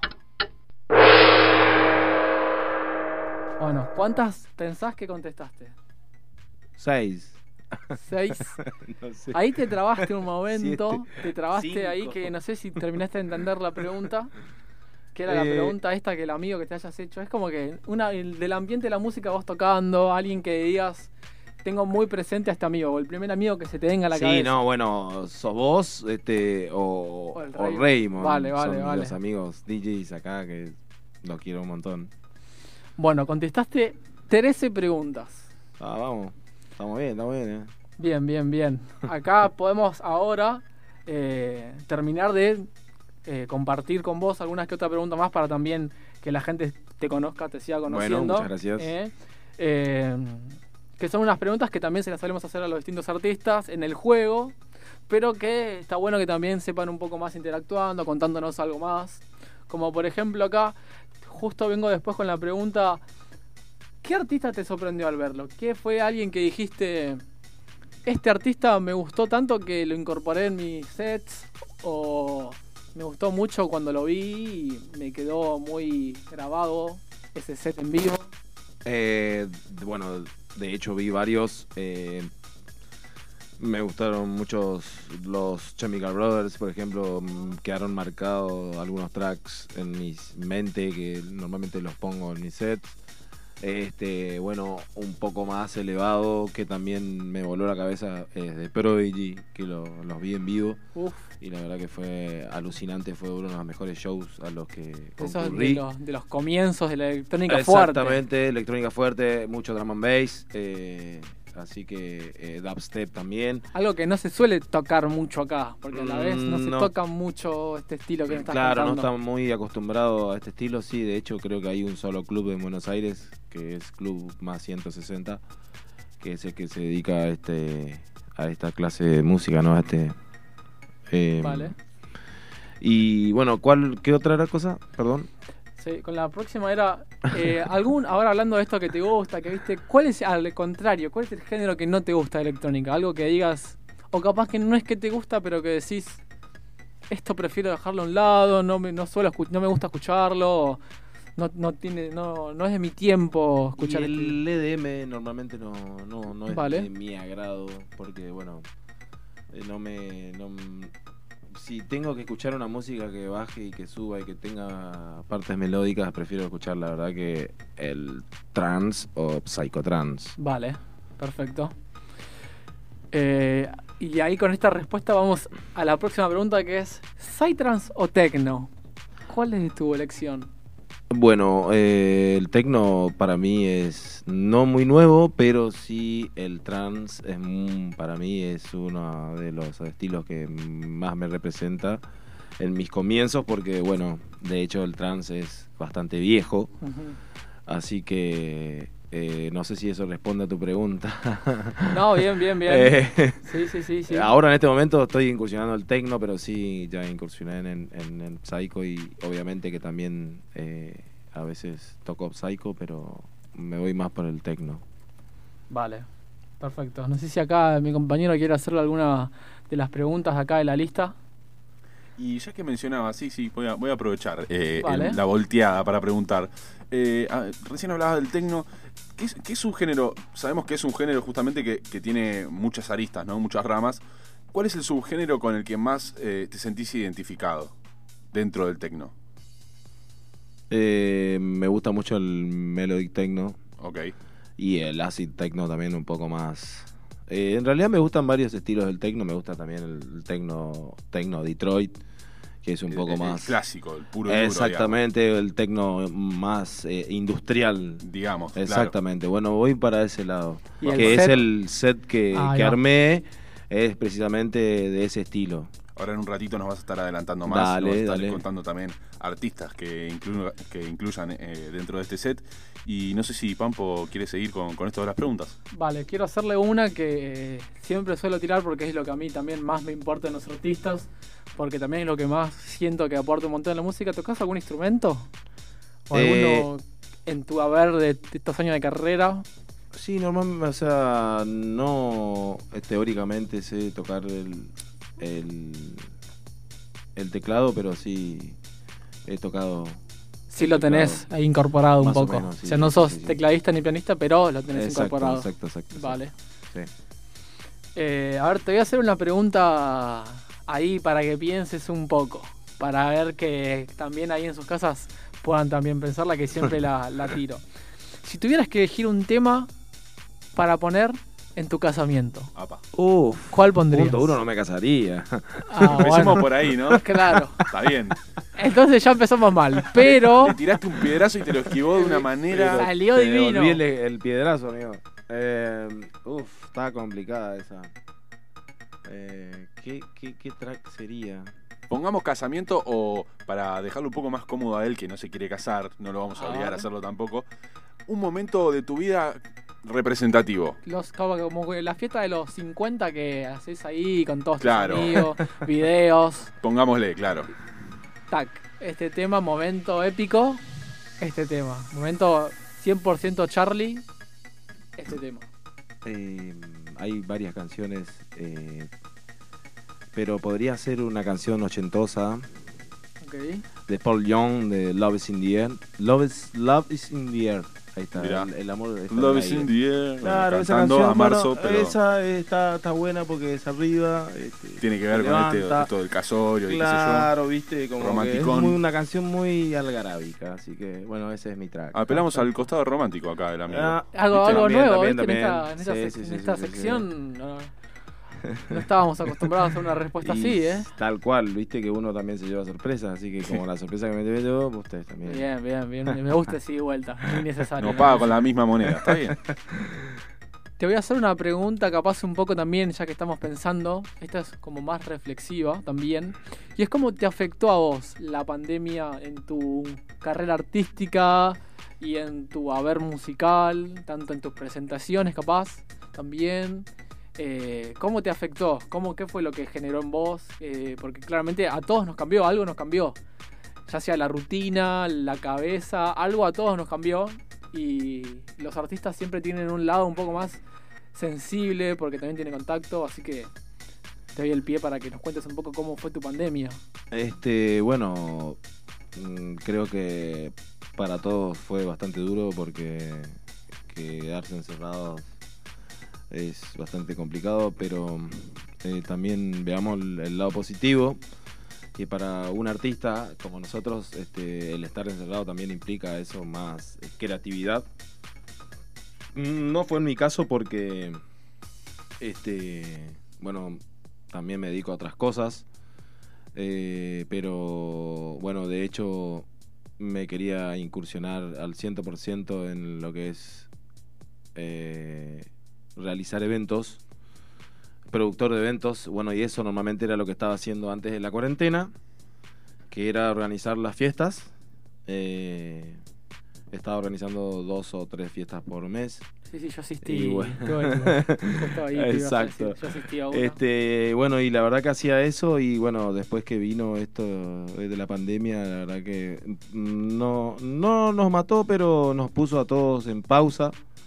Bueno, ¿cuántas pensás que contestaste? Seis. ¿Seis? No sé. Ahí te trabaste un momento, Siete. te trabaste Cinco. ahí que no sé si terminaste de entender la pregunta. Que era la Eh. pregunta esta que el amigo que te hayas hecho. Es como que una el- del ambiente de la música vos tocando, alguien que digas, tengo muy presente a este amigo, o el primer amigo que se te venga a la Sí, cabeza. no, bueno, sos vos este, o, O el o Raymond. Raymond. Vale, vale, Son vale. los amigos D Js acá que los quiero un montón. Bueno, contestaste trece preguntas. Ah, vamos. Estamos bien, estamos bien, eh. Bien, bien, bien. Acá podemos ahora eh, terminar de eh, compartir con vos algunas que otra pregunta más para también que la gente te conozca, te siga conociendo. muchas gracias. Eh, eh, que son unas preguntas que también se las solemos hacer a los distintos artistas en el juego, pero que está bueno que también sepan un poco más interactuando, contándonos algo más. Como por ejemplo acá, justo vengo después con la pregunta, ¿qué artista te sorprendió al verlo? ¿Qué fue alguien que dijiste, este artista me gustó tanto que lo incorporé en mis sets? ¿O me gustó mucho cuando lo vi y me quedó muy grabado ese set en vivo? Eh, bueno, de hecho vi varios. eh, me gustaron muchos los Chemical Brothers, por ejemplo. mm, Quedaron marcados algunos tracks en mi mente que normalmente los pongo en mis sets. Este, bueno, un poco más elevado, que también me voló la cabeza, es de Prodigy, que lo- los vi en vivo. Uf, Y la verdad que fue alucinante, fue uno de los mejores shows a los que esos concurrí. de los, de los comienzos de la electrónica fuerte. Exactamente, electrónica fuerte, mucho drum and bass, eh, así que eh, dubstep también. Algo que no se suele tocar mucho acá, porque a la vez no se Mm, no. toca mucho este estilo que me estás Claro, no contando. estamos muy acostumbrados a este estilo, sí, de hecho creo que hay un solo club en Buenos Aires, que es Club Más ciento sesenta, que es el que se dedica a este a esta clase de música, ¿no? A este eh, Vale. Y bueno, ¿cuál qué otra era cosa? Perdón. Sí, con la próxima era eh, algún, ahora hablando de esto que te gusta, que viste, ¿cuál es al contrario, cuál es el género que no te gusta de electrónica? Algo que digas, o capaz que no es que te gusta, pero que decís, esto prefiero dejarlo a un lado, no me, no suelo escu- no me gusta escucharlo, o no, no tiene, no, no es de mi tiempo escuchar Y este- el E D M normalmente no, no, no es Vale. de mi agrado, porque bueno, eh, no me... No, m- si tengo que escuchar una música que baje y que suba y que tenga partes melódicas, prefiero escuchar la verdad que el trance o psychotrance. Vale, perfecto. Eh, y ahí con esta respuesta vamos a la próxima pregunta, que es ¿Psytrance o Techno? ¿Cuál es tu elección? Bueno, eh, el techno para mí es no muy nuevo, pero sí el trance es mm, para mí es uno de los estilos que más me representa en mis comienzos, porque bueno, de hecho el trance es bastante viejo, Ujú. así que eh, no sé si eso responde a tu pregunta. No, bien, bien, bien. Eh, Sí, sí, sí, sí. Ahora en este momento estoy incursionando el techno, pero sí ya incursioné en, en, en el psycho y obviamente que también eh, a veces toco psycho, pero me voy más por el techno. Vale, perfecto. No sé si acá mi compañero quiere hacerle alguna de las preguntas acá de la lista. Y ya que mencionaba, sí, sí, voy a, voy a aprovechar eh, Vale. el- la volteada para preguntar. Eh, ah, recién hablabas del tecno. ¿Qué es, qué es un género? Sabemos que es un género justamente que, que tiene muchas aristas, ¿no? Muchas ramas. ¿Cuál es el subgénero con el que más eh, te sentís identificado dentro del tecno? Eh, me gusta mucho el melodic techno Ok. y el acid techno también un poco más. Eh, en realidad me gustan varios estilos del techno, me gusta también el techno, techno Detroit, que es un El- poco el, más... el clásico, el puro y duro, Exactamente, el techno más eh, industrial. digamos. Digamos, claro. Exactamente, bueno, voy para ese lado. ¿Y el Que es set? el set que, Ah, ahí que va. armé, es precisamente de ese estilo. Ahora en un ratito nos vas a estar adelantando más. Dale, nos vas a estar dale. contando también artistas que, inclu- que incluyan eh, dentro de este set. Y no sé si Pampo quiere seguir con, con esto de las preguntas. Vale, quiero hacerle una que eh, siempre suelo tirar porque es lo que a mí también más me importa en los artistas, porque también es lo que más siento que aporta un montón en la música. ¿Tocas algún instrumento? ¿O Eh, alguno en tu haber de estos años de carrera? Sí, normalmente, o sea, no eh, teóricamente sé tocar el, el, el teclado, pero sí he tocado. Sí lo tenés ahí incorporado un Más o poco. menos, sí, o sea, no sí, sos sí, sí. tecladista ni pianista, pero lo tenés Exacto, incorporado. exacto, exacto. Vale. Sí. Eh, a ver, te voy a hacer una pregunta ahí para que pienses un poco. Para ver que también ahí en sus casas puedan también pensarla, que siempre la, la tiro. Si tuvieras que elegir un tema para poner en tu casamiento, Apa. Uf, ¿cuál pondrías? punto uno no me casaría. Ah, Empecemos bueno. por ahí, ¿no? Claro. Está bien. Entonces ya empezamos mal. Pero Te tiraste un piedrazo y te lo esquivó de una manera. Pero- Salió Te divino. devolví el, el piedrazo, amigo. Eh, uf, está complicada esa. Eh, ¿qué, qué, ¿Qué track sería? Pongamos casamiento o para dejarlo un poco más cómodo a él que no se quiere casar, no lo vamos a A obligar ver. a hacerlo tampoco. Un momento de tu vida representativo. los, como, como que la fiesta de los cincuenta que haces ahí con todos Claro. tus amigos, videos. Pongámosle, claro. Tac, este tema, momento épico, este tema. Momento cien por ciento Charlie, este tema. Eh, hay varias canciones, eh, pero podría ser una canción ochentosa, Ok. de Paul Young, de Love is in the Air. Love is, Love is in the Air. Ahí está, Mirá. el, el amor está Love en is el in aire. the air. Claro, esa Cantando canción, a marzo, bueno, pero esa está, está buena porque es arriba. Este, tiene que ver se con este, levanta. esto del casorio y Claro, viste, como que es Romanticón. muy, una canción muy algarábica, así que bueno, ese es mi track. qué sé yo. Apelamos al costado romántico acá del amigo. Ah, Algo, ¿viste? algo También, nuevo, también, ¿viste? En también. esta, en esta, Sí, sec- sí, en sí, esta sí, sí, sí. sección no, no estábamos acostumbrados a una respuesta Y así, ¿eh? Tal cual, viste que uno también se lleva sorpresas, así que como la sorpresa que me llevé yo, ustedes también. Bien, bien, bien. Me gusta así de vuelta. Muy necesario. Nos paga con la misma moneda, está bien. Te voy a hacer una pregunta capaz un poco también, ya que estamos pensando. Esta es como más reflexiva también. Y es cómo te afectó a vos la pandemia en tu carrera artística y en tu haber musical, tanto en tus presentaciones capaz también. Eh, ¿Cómo te afectó? ¿Cómo, ¿Qué fue lo que generó en vos? Eh, porque claramente a todos nos cambió, algo nos cambió. Ya sea la rutina, la cabeza, algo a todos nos cambió. Y los artistas siempre tienen un lado un poco más sensible porque también tiene contacto, así que te doy el pie para que nos cuentes un poco cómo fue tu pandemia. Este, bueno, mm, creo que para todos fue bastante duro porque quedarse encerrados es bastante complicado, pero eh, también veamos el, el lado positivo, que para un artista como nosotros este, el estar encerrado también implica eso, más eh, creatividad. No fue en mi caso porque este, bueno, también me dedico a otras cosas, eh, pero bueno, de hecho me quería incursionar al cien por ciento en lo que es eh, realizar eventos, productor de eventos, bueno, y eso normalmente era lo que estaba haciendo antes de la cuarentena, que era organizar las fiestas. Eh, estaba organizando dos o tres fiestas por mes. Sí, sí, yo asistí. Y bueno. Qué bueno. Justo ahí te ibas a Exacto. decir, yo asistí a una. Este, bueno, y la verdad que hacía eso, y bueno, después que vino esto de la pandemia, la verdad que no, no nos mató, pero nos puso a todos en pausa.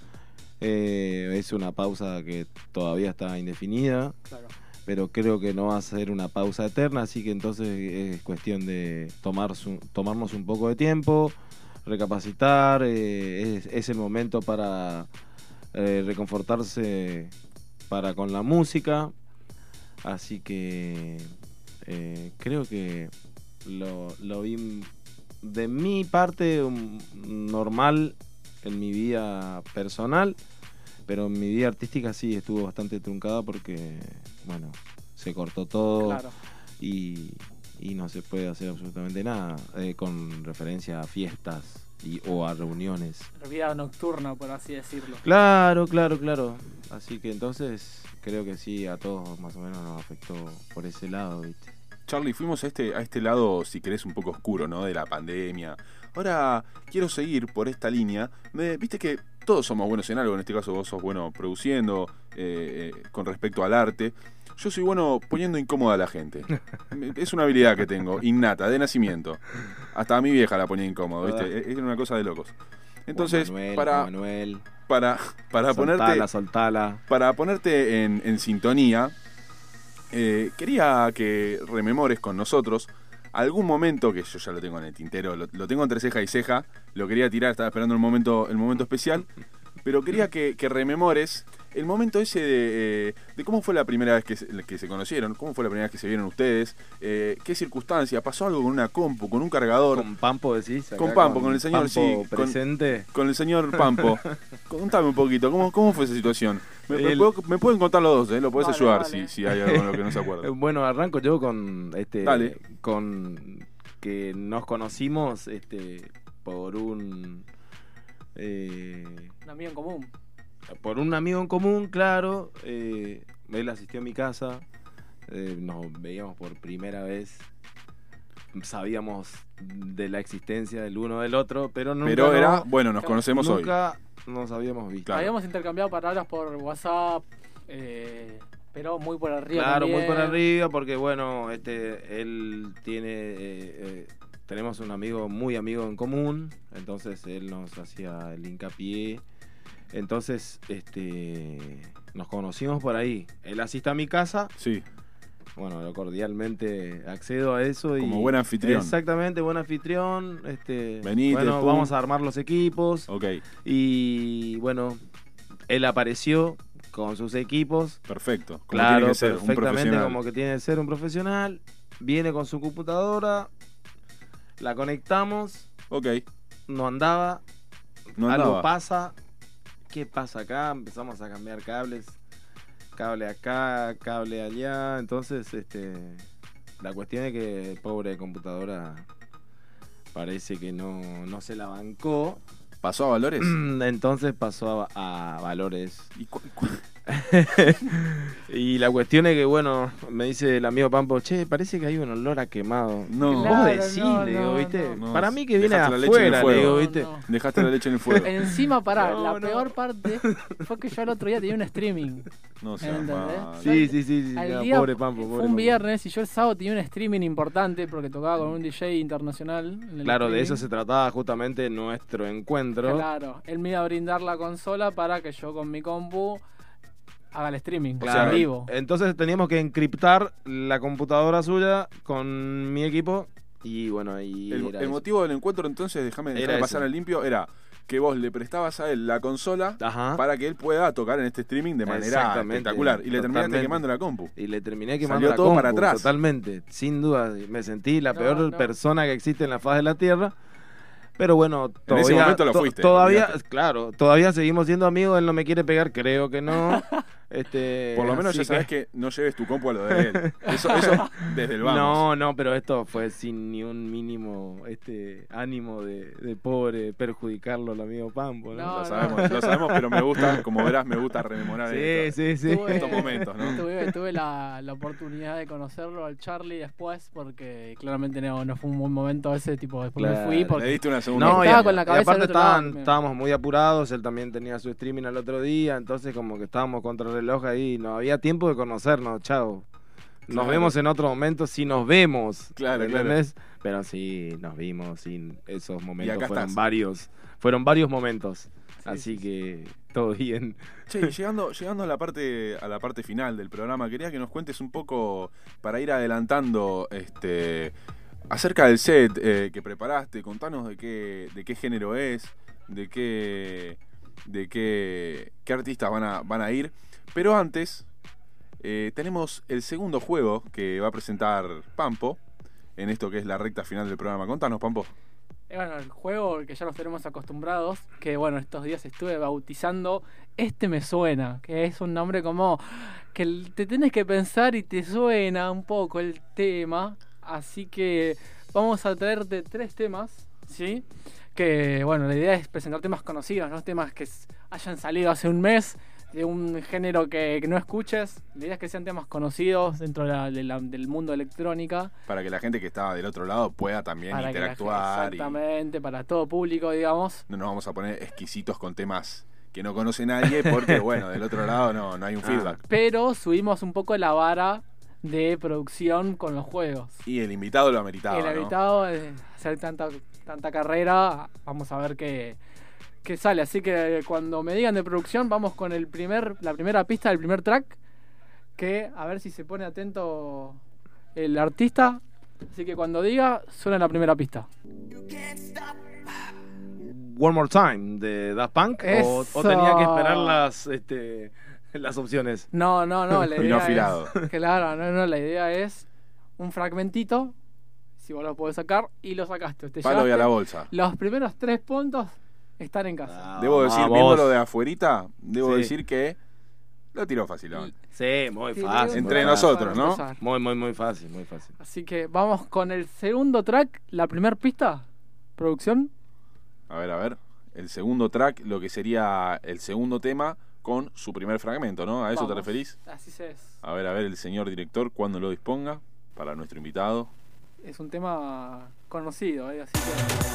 Eh, es una pausa que todavía está indefinida, Claro. pero creo que no va a ser una pausa eterna, así que entonces es cuestión de tomar su, tomarnos un poco de tiempo, recapacitar, eh, es, es el momento para eh, reconfortarse para con la música, así que eh, creo que lo, lo vi de mi parte um, normal en mi vida personal, pero en mi vida artística sí estuvo bastante truncada porque, bueno, se cortó todo. Claro. y, y no se puede hacer absolutamente nada eh, con referencia a fiestas y, o a reuniones. Vida nocturna, por así decirlo. Claro, claro, claro. Así que entonces creo que sí, a todos más o menos nos afectó por ese lado, ¿viste? Charlie, fuimos a este, a este lado, si querés, un poco oscuro, ¿no? De la pandemia. Ahora quiero seguir por esta línea. Me, Viste que todos somos buenos en algo, en este caso vos sos bueno produciendo, eh, eh, con respecto al arte. Yo soy bueno poniendo incómoda a la gente. Es una habilidad que tengo, innata, de nacimiento. Hasta a mi vieja la ponía incómodo, ¿viste? Es una cosa de locos. Entonces, Juan Manuel, para, Juan Manuel, para, para soltala, ponerte, soltala. para ponerte en, en sintonía, eh, quería que rememores con nosotros algún momento, que yo ya lo tengo en el tintero, lo, lo tengo entre ceja y ceja, lo quería tirar, estaba esperando el momento, el momento especial, pero quería que, que rememores el momento ese de, eh, de cómo fue la primera vez que se, que se conocieron, cómo fue la primera vez que se vieron ustedes, eh, qué circunstancia, pasó algo con una compu, con un cargador. Con Pampo decís. Acá Con Pampo, con el señor, Pampo sí, con- presente. Con el señor Pampo. Contame un poquito, ¿cómo, cómo fue esa situación? Me, me El- puedo- me pueden contar los dos, ¿eh? Lo podés Vale, ayudar vale. Si, si hay algo en lo que no se Eh, acuerda. Bueno, arranco yo con este Dale. con que nos conocimos este por un eh, Un amigo en común. por un amigo en común, claro. eh, él asistió a mi casa, eh, nos veíamos por primera vez, sabíamos de la existencia del uno del otro, pero nunca Pero era, no- bueno, nos conocemos hoy. nunca nos habíamos visto. Claro. Habíamos intercambiado palabras por WhatsApp, eh, pero muy por arriba. Claro, muy también. por arriba, porque bueno, este, él tiene, eh, eh, tenemos un amigo muy amigo en común, entonces él nos hacía el hincapié, entonces, este, nos conocimos por ahí. Él asiste a mi casa Sí. bueno, yo cordialmente accedo a eso. Como y buen anfitrión. Exactamente, buen anfitrión. Este, Venite, bueno, pum. vamos a armar los equipos. Ok, Y bueno, él apareció con sus equipos. perfecto. Como Claro, tiene que ser, un perfectamente profesional. como que tiene que ser un profesional. Viene con su computadora, la conectamos, Ok, no andaba, no algo andaba. pasa. ¿Qué pasa acá? Empezamos a cambiar cables, cable acá, cable allá. Entonces, este, la cuestión es que pobre computadora parece que no, no se la bancó. ¿Pasó a valores? Entonces pasó a, a valores. ¿Y cu- cu- Y la cuestión es que, bueno, me dice el amigo Pampo, che, parece que hay un olor a quemado. No. Claro, Vos decís, no, le digo, no, ¿viste? no. Para mí que viene de Dejaste la leche en el afuera, le fuego. digo, No, ¿viste? no. Dejaste la leche en el fuego. Encima, pará, No, la no. peor parte fue que yo el otro día tenía un streaming. No sé. ¿Entendés? Sí, sí, sí, sí, Al no, día- pobre Pampo, pobre Fue un Pampo. viernes y yo el sábado tenía un streaming importante porque tocaba con un D J internacional. en el Claro, de eso streaming. se trataba justamente nuestro encuentro. Claro, él me iba a brindar la consola para que yo con mi compu haga el streaming, Claro, en vivo. entonces teníamos que encriptar la computadora suya con mi equipo y bueno, y El, era el eso. motivo del encuentro, entonces, déjame Era déjame pasar eso. al limpio, era que vos le prestabas a él la consola Ajá. para que él pueda tocar en este streaming de manera Exactamente, espectacular. Y le terminaste totalmente. quemando la compu. Y le terminé quemando Salió la todo compu, para atrás. totalmente, sin duda. Me sentí la No, peor no. persona que existe en la faz de la tierra. Pero bueno, todavía, ese momento lo to- fuiste, todavía, olvídate. claro, todavía seguimos siendo amigos. Él no me quiere pegar, creo que no. Este, Por lo menos así ya sabes que... no lleves tu compu a lo de él. Eso, eso desde el vamos. No, no, pero esto fue sin ni un mínimo este ánimo de, de pobre perjudicarlo al amigo Pampo, ¿no? No, Lo sabemos, lo sabemos, pero me gusta, como verás, me gusta rememorar sí, esto- sí, sí. Tuve- estos momentos, ¿no? Tuve, tuve la, la oportunidad de conocerlo al Charlie después porque claramente no, no fue un buen momento ese tipo. Después me Claro, fui Le porque diste una segunda No, y, Estaba a- con la y cabeza aparte del otro lado, estaban- me- estábamos muy apurados, él también tenía su streaming al otro día, entonces como que estábamos contra el reloj ahí, no había tiempo de conocernos, chao. Nos Claro. vemos en otro momento si nos vemos. Claro, ¿entendés? Pero sí, nos vimos, sí, esos momentos acá fueron estás. varios, fueron varios momentos. Sí, Así sí, que todo bien. Che, y llegando, llegando a la parte a la parte final del programa, quería que nos cuentes un poco para ir adelantando este acerca del set eh, que preparaste. Contanos de qué de qué género es, de qué de qué qué artistas van a van a ir. Pero antes eh, tenemos el segundo juego que va a presentar Pampo en esto que es la recta final del programa. Contanos, Pampo. Eh, bueno, el juego que ya nos tenemos acostumbrados, que bueno, estos días estuve bautizando, este me suena, que es un nombre como que el- te tenés que pensar y te suena un poco el tema, así que vamos a traerte tres temas, ¿sí? Que bueno, la idea es presentar temas conocidos, no temas que s- hayan salido hace un mes, de un género que, que no escuches, la idea es que sean temas conocidos dentro de la- de la- del mundo electrónica. Para que la gente que estaba del otro lado pueda también Para que la interactuar. gente- Y exactamente, para todo público, digamos. no nos vamos a poner exquisitos con temas que no conoce nadie porque, bueno, del otro lado no, no hay un Ah. feedback. Pero subimos un poco la vara de producción con los juegos. Y el invitado lo ameritaba, El ¿no? habitado de hacer tanta, tanta carrera, vamos a ver qué, qué sale. Así que cuando me digan de producción, vamos con el primer, la primera pista del primer track. Que a ver si se pone atento el artista. Así que cuando diga, suena la primera pista. One More Time de Daft Punk o, o Eso. tenía que esperar las este las opciones. No, no, no. La Vino idea afilado. es, claro, no, no, la idea es un fragmentito. Si vos lo podés sacar y lo sacaste. Te Palo y a llevaste la bolsa. los primeros tres puntos están en casa. Debo decir, Vamos. viéndolo de afuerita, debo Sí. decir que lo tiró facilón. Sí, muy Sí, fácil. Entre muy nosotros, fácil. ¿no? empezar. Muy, muy, muy fácil, muy fácil. Así que vamos con el segundo track, la primera pista. Producción. A ver, a ver. El segundo track, lo que sería el segundo tema con su primer fragmento, ¿no? ¿A eso te Vamos. referís? Así es. A ver, a ver, el señor director, cuando lo disponga, para nuestro invitado. Es un tema conocido, ¿eh? Así que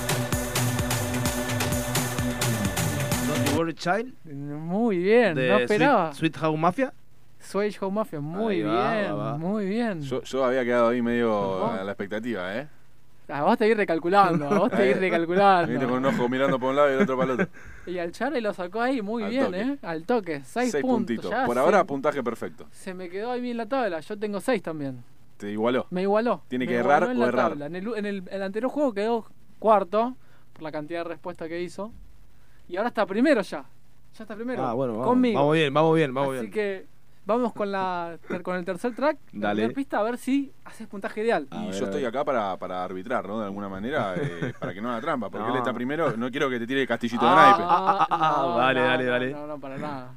Don't You Worry Child muy bien, de no esperaba. Sweet, Sweet House Mafia. Swedish House Mafia, muy Ahí va, bien, va, va. muy bien. Yo, yo había quedado ahí medio Ojo. a la expectativa, ¿eh? A vos te ir recalculando, a vos te ir Viniste recalculando. con un ojo mirando para un lado y el otro para el otro. Y al Charlie lo sacó ahí muy Al bien, toque. ¿eh? Al toque, seis, Seis puntos. puntitos. Ya Por se, ahora, puntaje perfecto. se me quedó ahí bien la tabla, yo tengo seis también. Te igualó. Me igualó. Tiene me que igualó errar en o la errar. tabla. En el, en el, el anterior juego quedó cuarto, por la cantidad de respuestas que hizo. Y ahora está primero ya. Ya está primero. Ah, bueno, vamos, conmigo. vamos bien, vamos bien, vamos Así bien. que vamos con la ter- con el tercer track, la Dale. primera pista, a ver si haces puntaje ideal. A Y ver, yo a estoy ver. acá para, para arbitrar, ¿no? De alguna manera, eh, para que no haga trampa. Porque No. él está primero, no quiero que te tire castillito Ah, de naipe. ah, ah, ah, no, dale, no, dale, no, dale. No, no, para nada.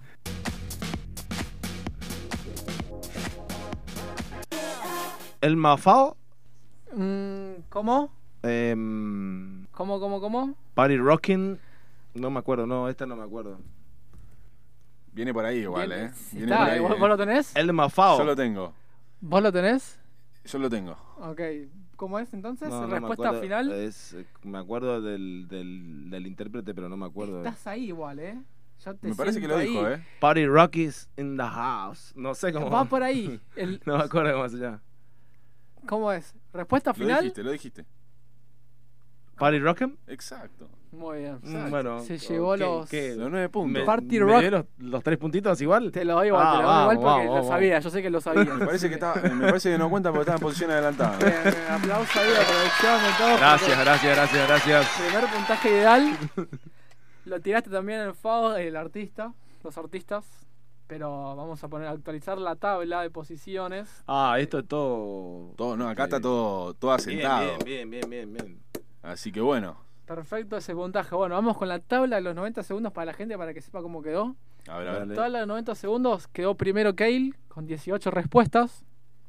El Mafao, Mm, ¿Cómo? em, ¿Cómo, cómo, cómo? Party Rockin', no me acuerdo, no, esta no me acuerdo. Viene por ahí igual, Bien, ¿eh? sí Viene está, por ahí. ¿vos, eh. vos lo tenés? El Mafao. Yo lo tengo. ¿Vos lo tenés? Yo lo tengo. Ok. ¿Cómo es entonces? No, no me Respuesta acuerdo, final. es, eh, me acuerdo del, del, del intérprete, pero no me acuerdo. Estás ahí igual, ¿eh? Yo te Me parece que lo siento dijo, ahí. ¿eh? Party Rockies in the house. No sé cómo. Va por ahí. El, No me acuerdo cómo se llama. ¿Cómo es? ¿Respuesta Lo final? dijiste, lo dijiste. Party Rockin'. Exacto. Muy bien. Mm, Bueno. Se llevó ¿qué- los- qué? Los nueve puntos. Me, Me, Party ¿me Rock. dio los, los tres puntitos igual? Te lo doy igual, Ah, te lo doy vamos, igual porque vamos, lo vamos. sabía, yo sé que lo sabía. parece que está, me parece que no cuenta porque está en posición adelantada. Bien, bien, aplauso ahí a la producción de todo. Gracias, gracias, gracias, gracias. Primer puntaje ideal. Lo tiraste también en el F A O, el artista, los artistas. Pero vamos a poner a actualizar la tabla de posiciones. Ah, esto es todo. Todo, no, acá está Eh, todo, todo asentado. Bien, bien, bien, bien, bien. Así que bueno. Perfecto ese puntaje. Bueno, vamos con la tabla de los noventa segundos para la gente para que sepa cómo quedó. A ver, a ver. Dale. Tabla de noventa segundos quedó primero Kale con dieciocho respuestas.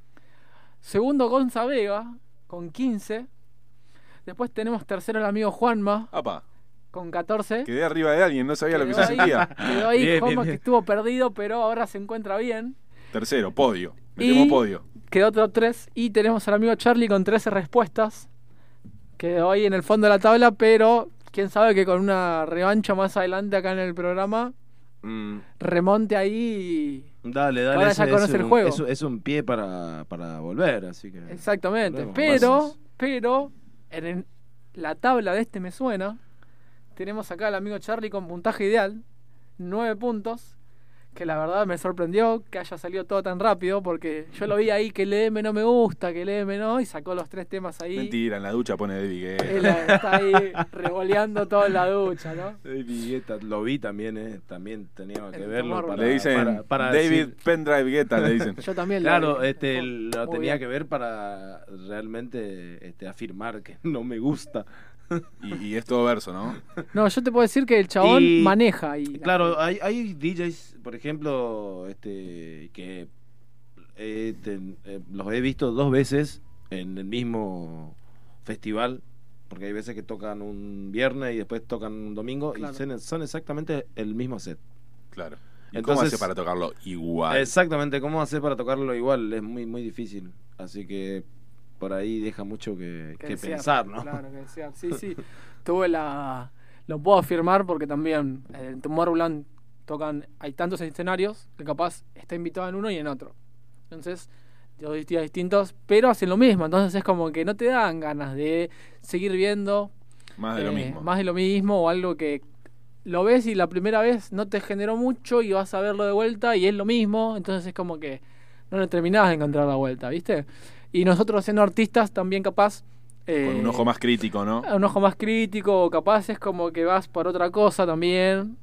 Segundo Gonza Vega con quince. Después tenemos tercero el amigo Juanma Apa, con catorce. quedé arriba de alguien, no sabía lo que Quedó se ahí, sentía. quedó ahí Bien, Juanma bien, que bien. estuvo perdido, pero ahora se encuentra bien. Tercero, podio. Metemos Y- podio. Quedó top tres. Y tenemos al amigo Charlie con trece respuestas. Quedó ahí en el fondo de la tabla, pero quién sabe que con una revancha más adelante acá en el programa Mm, remonte ahí dale, dale. Ahora ese- ya es conoce el un- juego. Es, un- es un pie para, para volver, así que. y... Exactamente. Volvemos, Pero, gracias. pero, en el- la tabla de este me suena, tenemos acá al amigo Charlie con puntaje ideal, nueve puntos. Que la verdad me sorprendió que haya salido todo tan rápido, porque yo lo vi ahí que el E M no me gusta, que el E M no, y sacó los tres temas ahí. Mentira, en la ducha pone David Guetta. Él está ahí revoleando todo en la ducha, ¿no? David Guetta, lo vi también, eh, también tenía que El verlo. Tomorrow. Para, Le dicen para- para David decir- Pendrive Guetta, le dicen. Yo también lo Claro, vi. este, Muy lo tenía bien. que ver para realmente este, afirmar que no me gusta. Y, y es todo verso, ¿no? No, yo te puedo decir que el chabón Y- maneja ahí. la Claro, cosa. hay, hay D Js, por ejemplo, este que eh, ten- eh, los he visto dos veces en el mismo festival, porque hay veces que tocan un viernes y después tocan un domingo Claro. y son, son exactamente el mismo set. Claro. ¿Y Entonces- cómo hace para tocarlo igual? Exactamente, ¿cómo hacer para tocarlo igual? Es muy muy difícil, así que por ahí deja mucho que, que desear, pensar, ¿no? Claro, que desear. Sí, sí. Tuve la. Lo puedo afirmar porque también en Tomorrowland tocan. Hay tantos escenarios que capaz está invitado en uno y en otro. Entonces, de dos días distintos, pero hacen lo mismo. Entonces es como que no te dan ganas de seguir viendo Más de lo eh, mismo. más de lo mismo o algo que lo ves y la primera vez no te generó mucho y vas a verlo de vuelta y es lo mismo. Entonces es como que no le terminabas de encontrar la vuelta, ¿viste? Y nosotros siendo artistas también capaz... eh, Con un ojo más crítico, ¿no? un ojo más crítico, o capaz es como que vas por otra cosa también.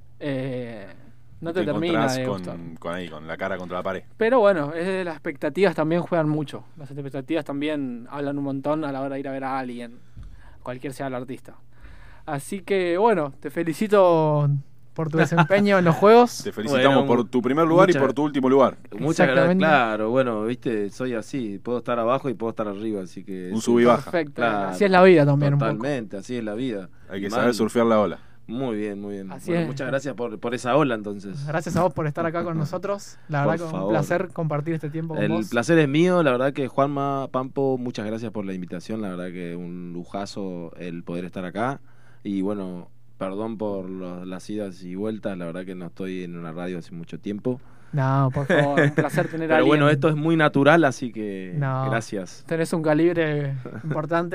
Eh, no te, termina encontrás de gustar. con, con ahí, con la cara contra la pared. Pero bueno, es, las expectativas también juegan mucho. Las expectativas también hablan un montón a la hora de ir a ver a alguien, cualquier sea el artista. Así que bueno, te felicito por tu desempeño en los juegos. Te felicitamos Bueno, por tu primer lugar y muchas- por tu último lugar. Muchas gracias, Exactamente. claro, bueno, viste, soy así, puedo estar abajo y puedo estar arriba, así que... Un sí, sub y baja. Perfecto. Claro, Así es la vida también un poco. Totalmente, así es la vida. Hay que Y saber mal. surfear la ola. Muy bien, muy bien. Así Bueno, es. muchas gracias por, por esa ola entonces. Gracias a vos por estar acá con nosotros. La Por verdad que un favor. placer compartir este tiempo con El vos. placer es mío, la verdad que Juanma Pampo, muchas gracias por la invitación, la verdad que un lujazo el poder estar acá y bueno, perdón por los- las idas y vueltas, la verdad que no estoy en una radio hace mucho tiempo, No, por favor, un placer tener a pero bueno, alguien. esto es muy natural, así que No. gracias. Tenés un calibre importante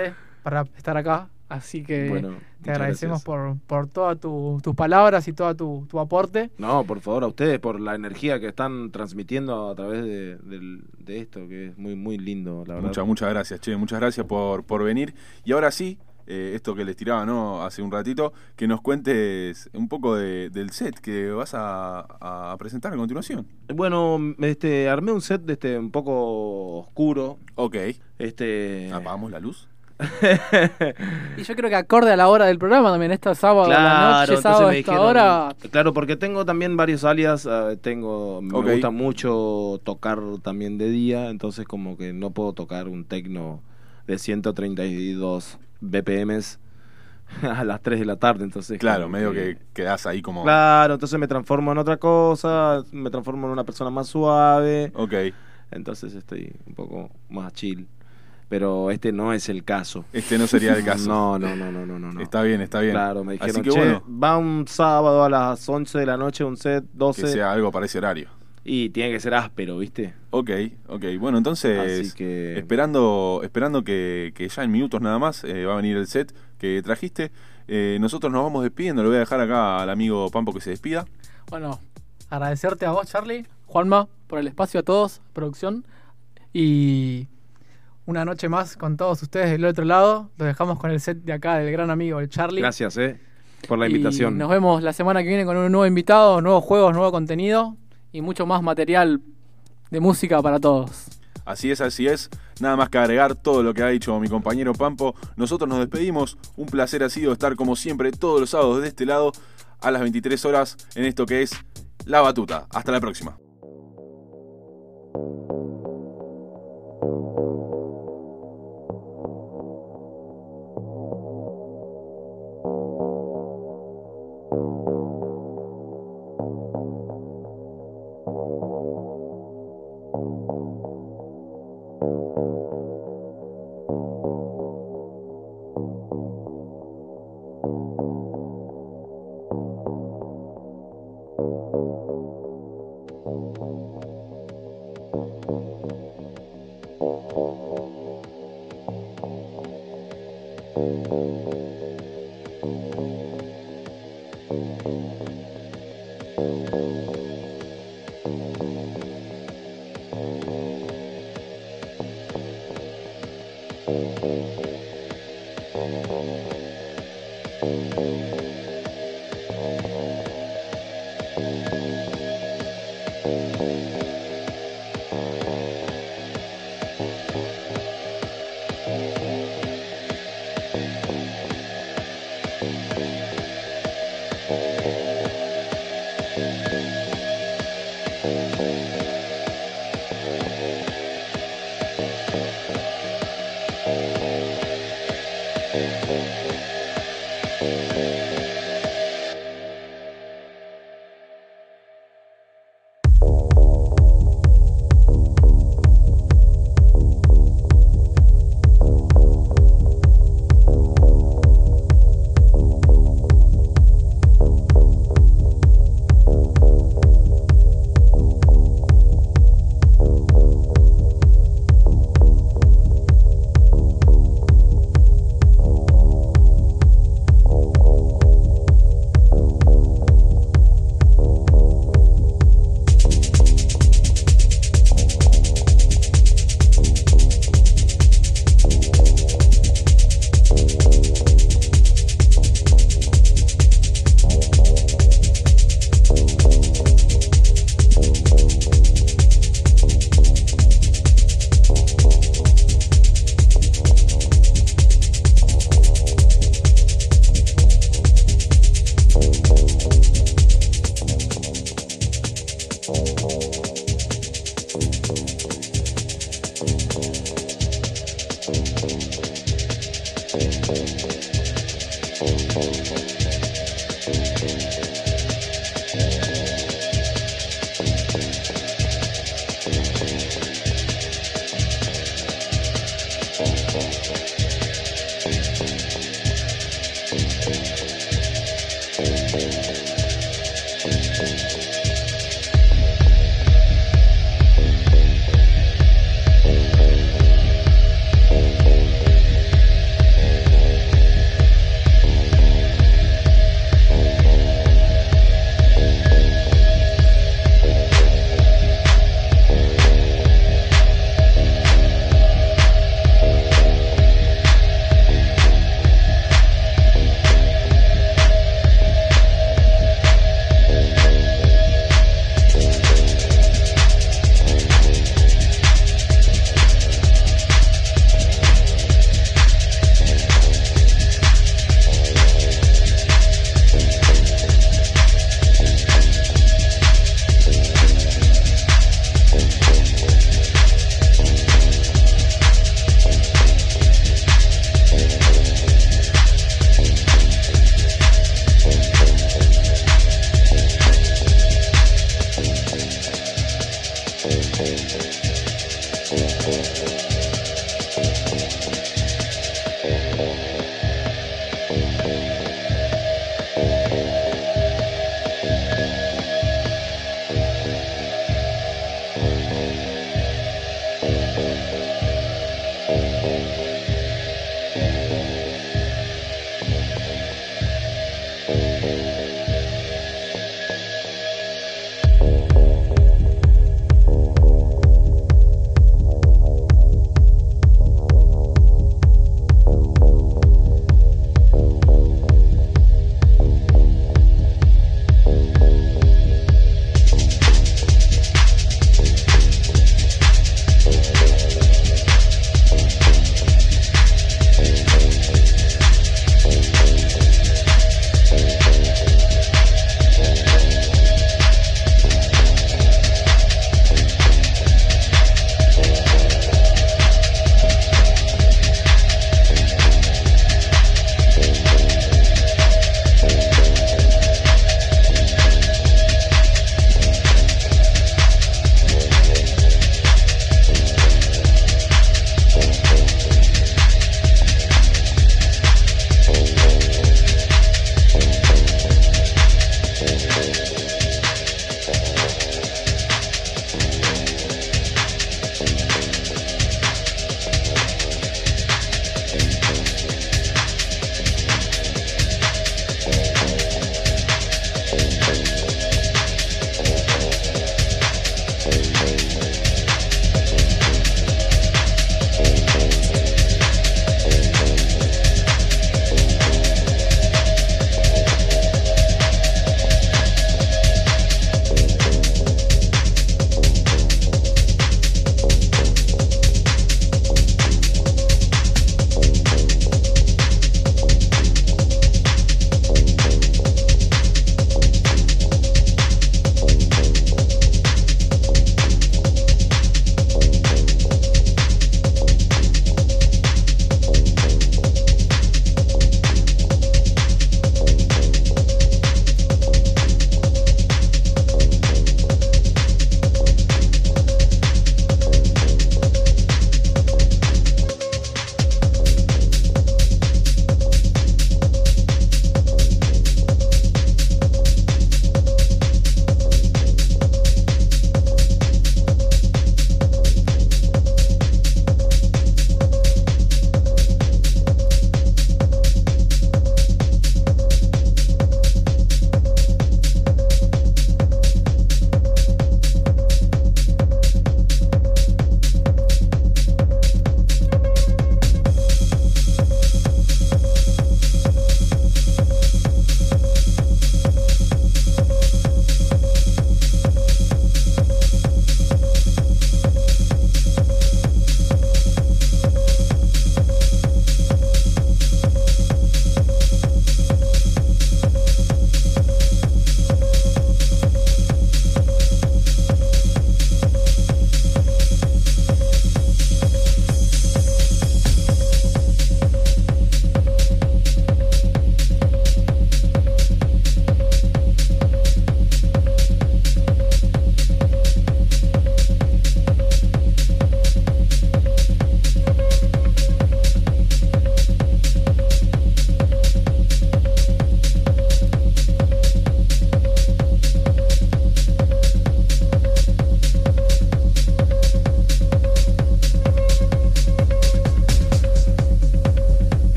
para estar acá. Así que Bueno, te agradecemos gracias. por, por todas tu, tus palabras y todo tu, tu aporte. No, por favor, a ustedes, por la energía que están transmitiendo a través de, de, de esto, que es muy, muy lindo, la verdad. Muchas, muchas gracias, che, muchas gracias por, por venir. Y ahora sí, eh, esto que les tiraba, ¿no? Hace un ratito, que nos cuentes un poco de, del set que vas a, a presentar a continuación. Bueno, este, armé un set de este un poco oscuro. Ok. Este. ¿Apagamos la luz? Y yo creo que acorde a la hora del programa también, esta sábado a la Claro, noche, entonces sábado a me esta dijeron, hora. claro, porque tengo también varios alias, eh, tengo, me Ok. gusta mucho tocar también de día, entonces como que no puedo tocar un tecno de ciento treinta y dos B P Ms a las tres de la tarde, entonces Claro, como medio que quedás ahí como... Claro, entonces me transformo en otra cosa, me transformo en una persona más suave, Ok. entonces estoy un poco más chill. Pero este no es el caso. Este no sería el caso. No, no, no, no, no, no. Está bien, está bien. Claro, me dijeron, Así que che, bueno, va un sábado a las once de la noche, un set, doce. que sea algo para ese horario. Y tiene que ser áspero, ¿viste? Ok, ok. Bueno, entonces, Así que... esperando esperando que, que ya en minutos nada más eh, va a venir el set que trajiste. Eh, nosotros nos vamos despidiendo. Le voy a dejar acá al amigo Pampo que se despida. Bueno, agradecerte a vos, Charlie, Juanma, por el espacio, a todos, producción. Y una noche más con todos ustedes del otro lado. Los dejamos con el set de acá del gran amigo, el Charlie. Gracias, eh, por la Y invitación. nos vemos la semana que viene con un nuevo invitado, nuevos juegos, nuevo contenido y mucho más material de música para todos. Así es, así es. Nada más que agregar todo lo que ha dicho mi compañero Pampo. Nosotros nos despedimos. Un placer ha sido estar como siempre todos los sábados de este lado a las veintitrés horas en esto que es La Batuta. Hasta la próxima.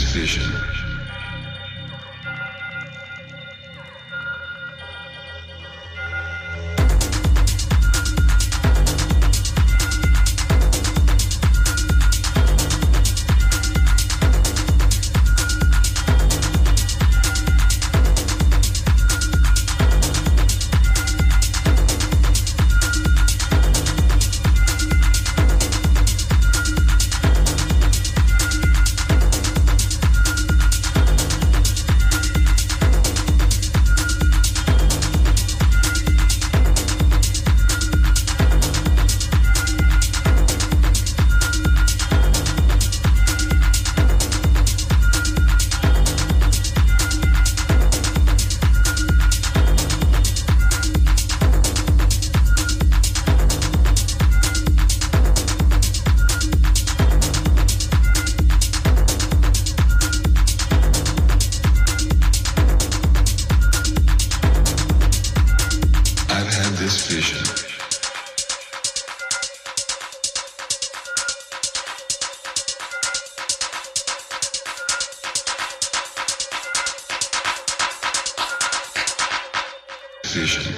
vision. Vision.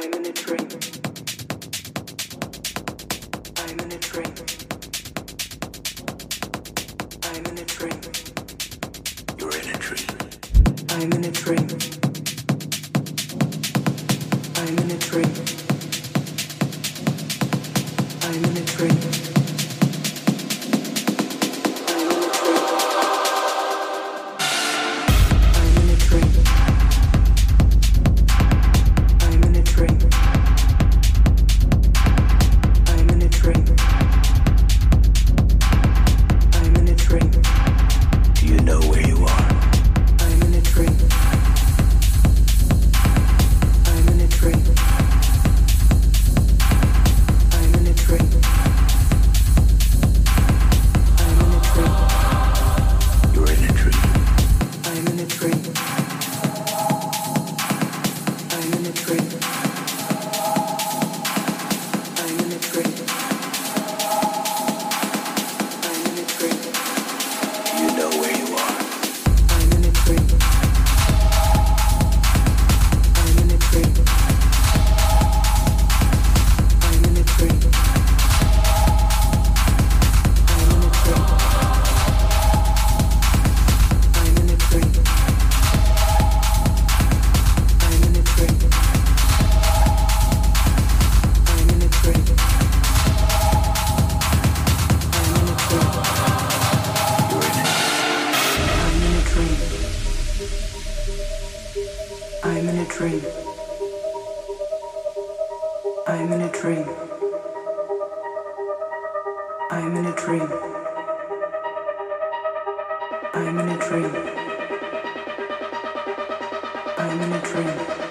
I'm in a dream. I'm in a dream.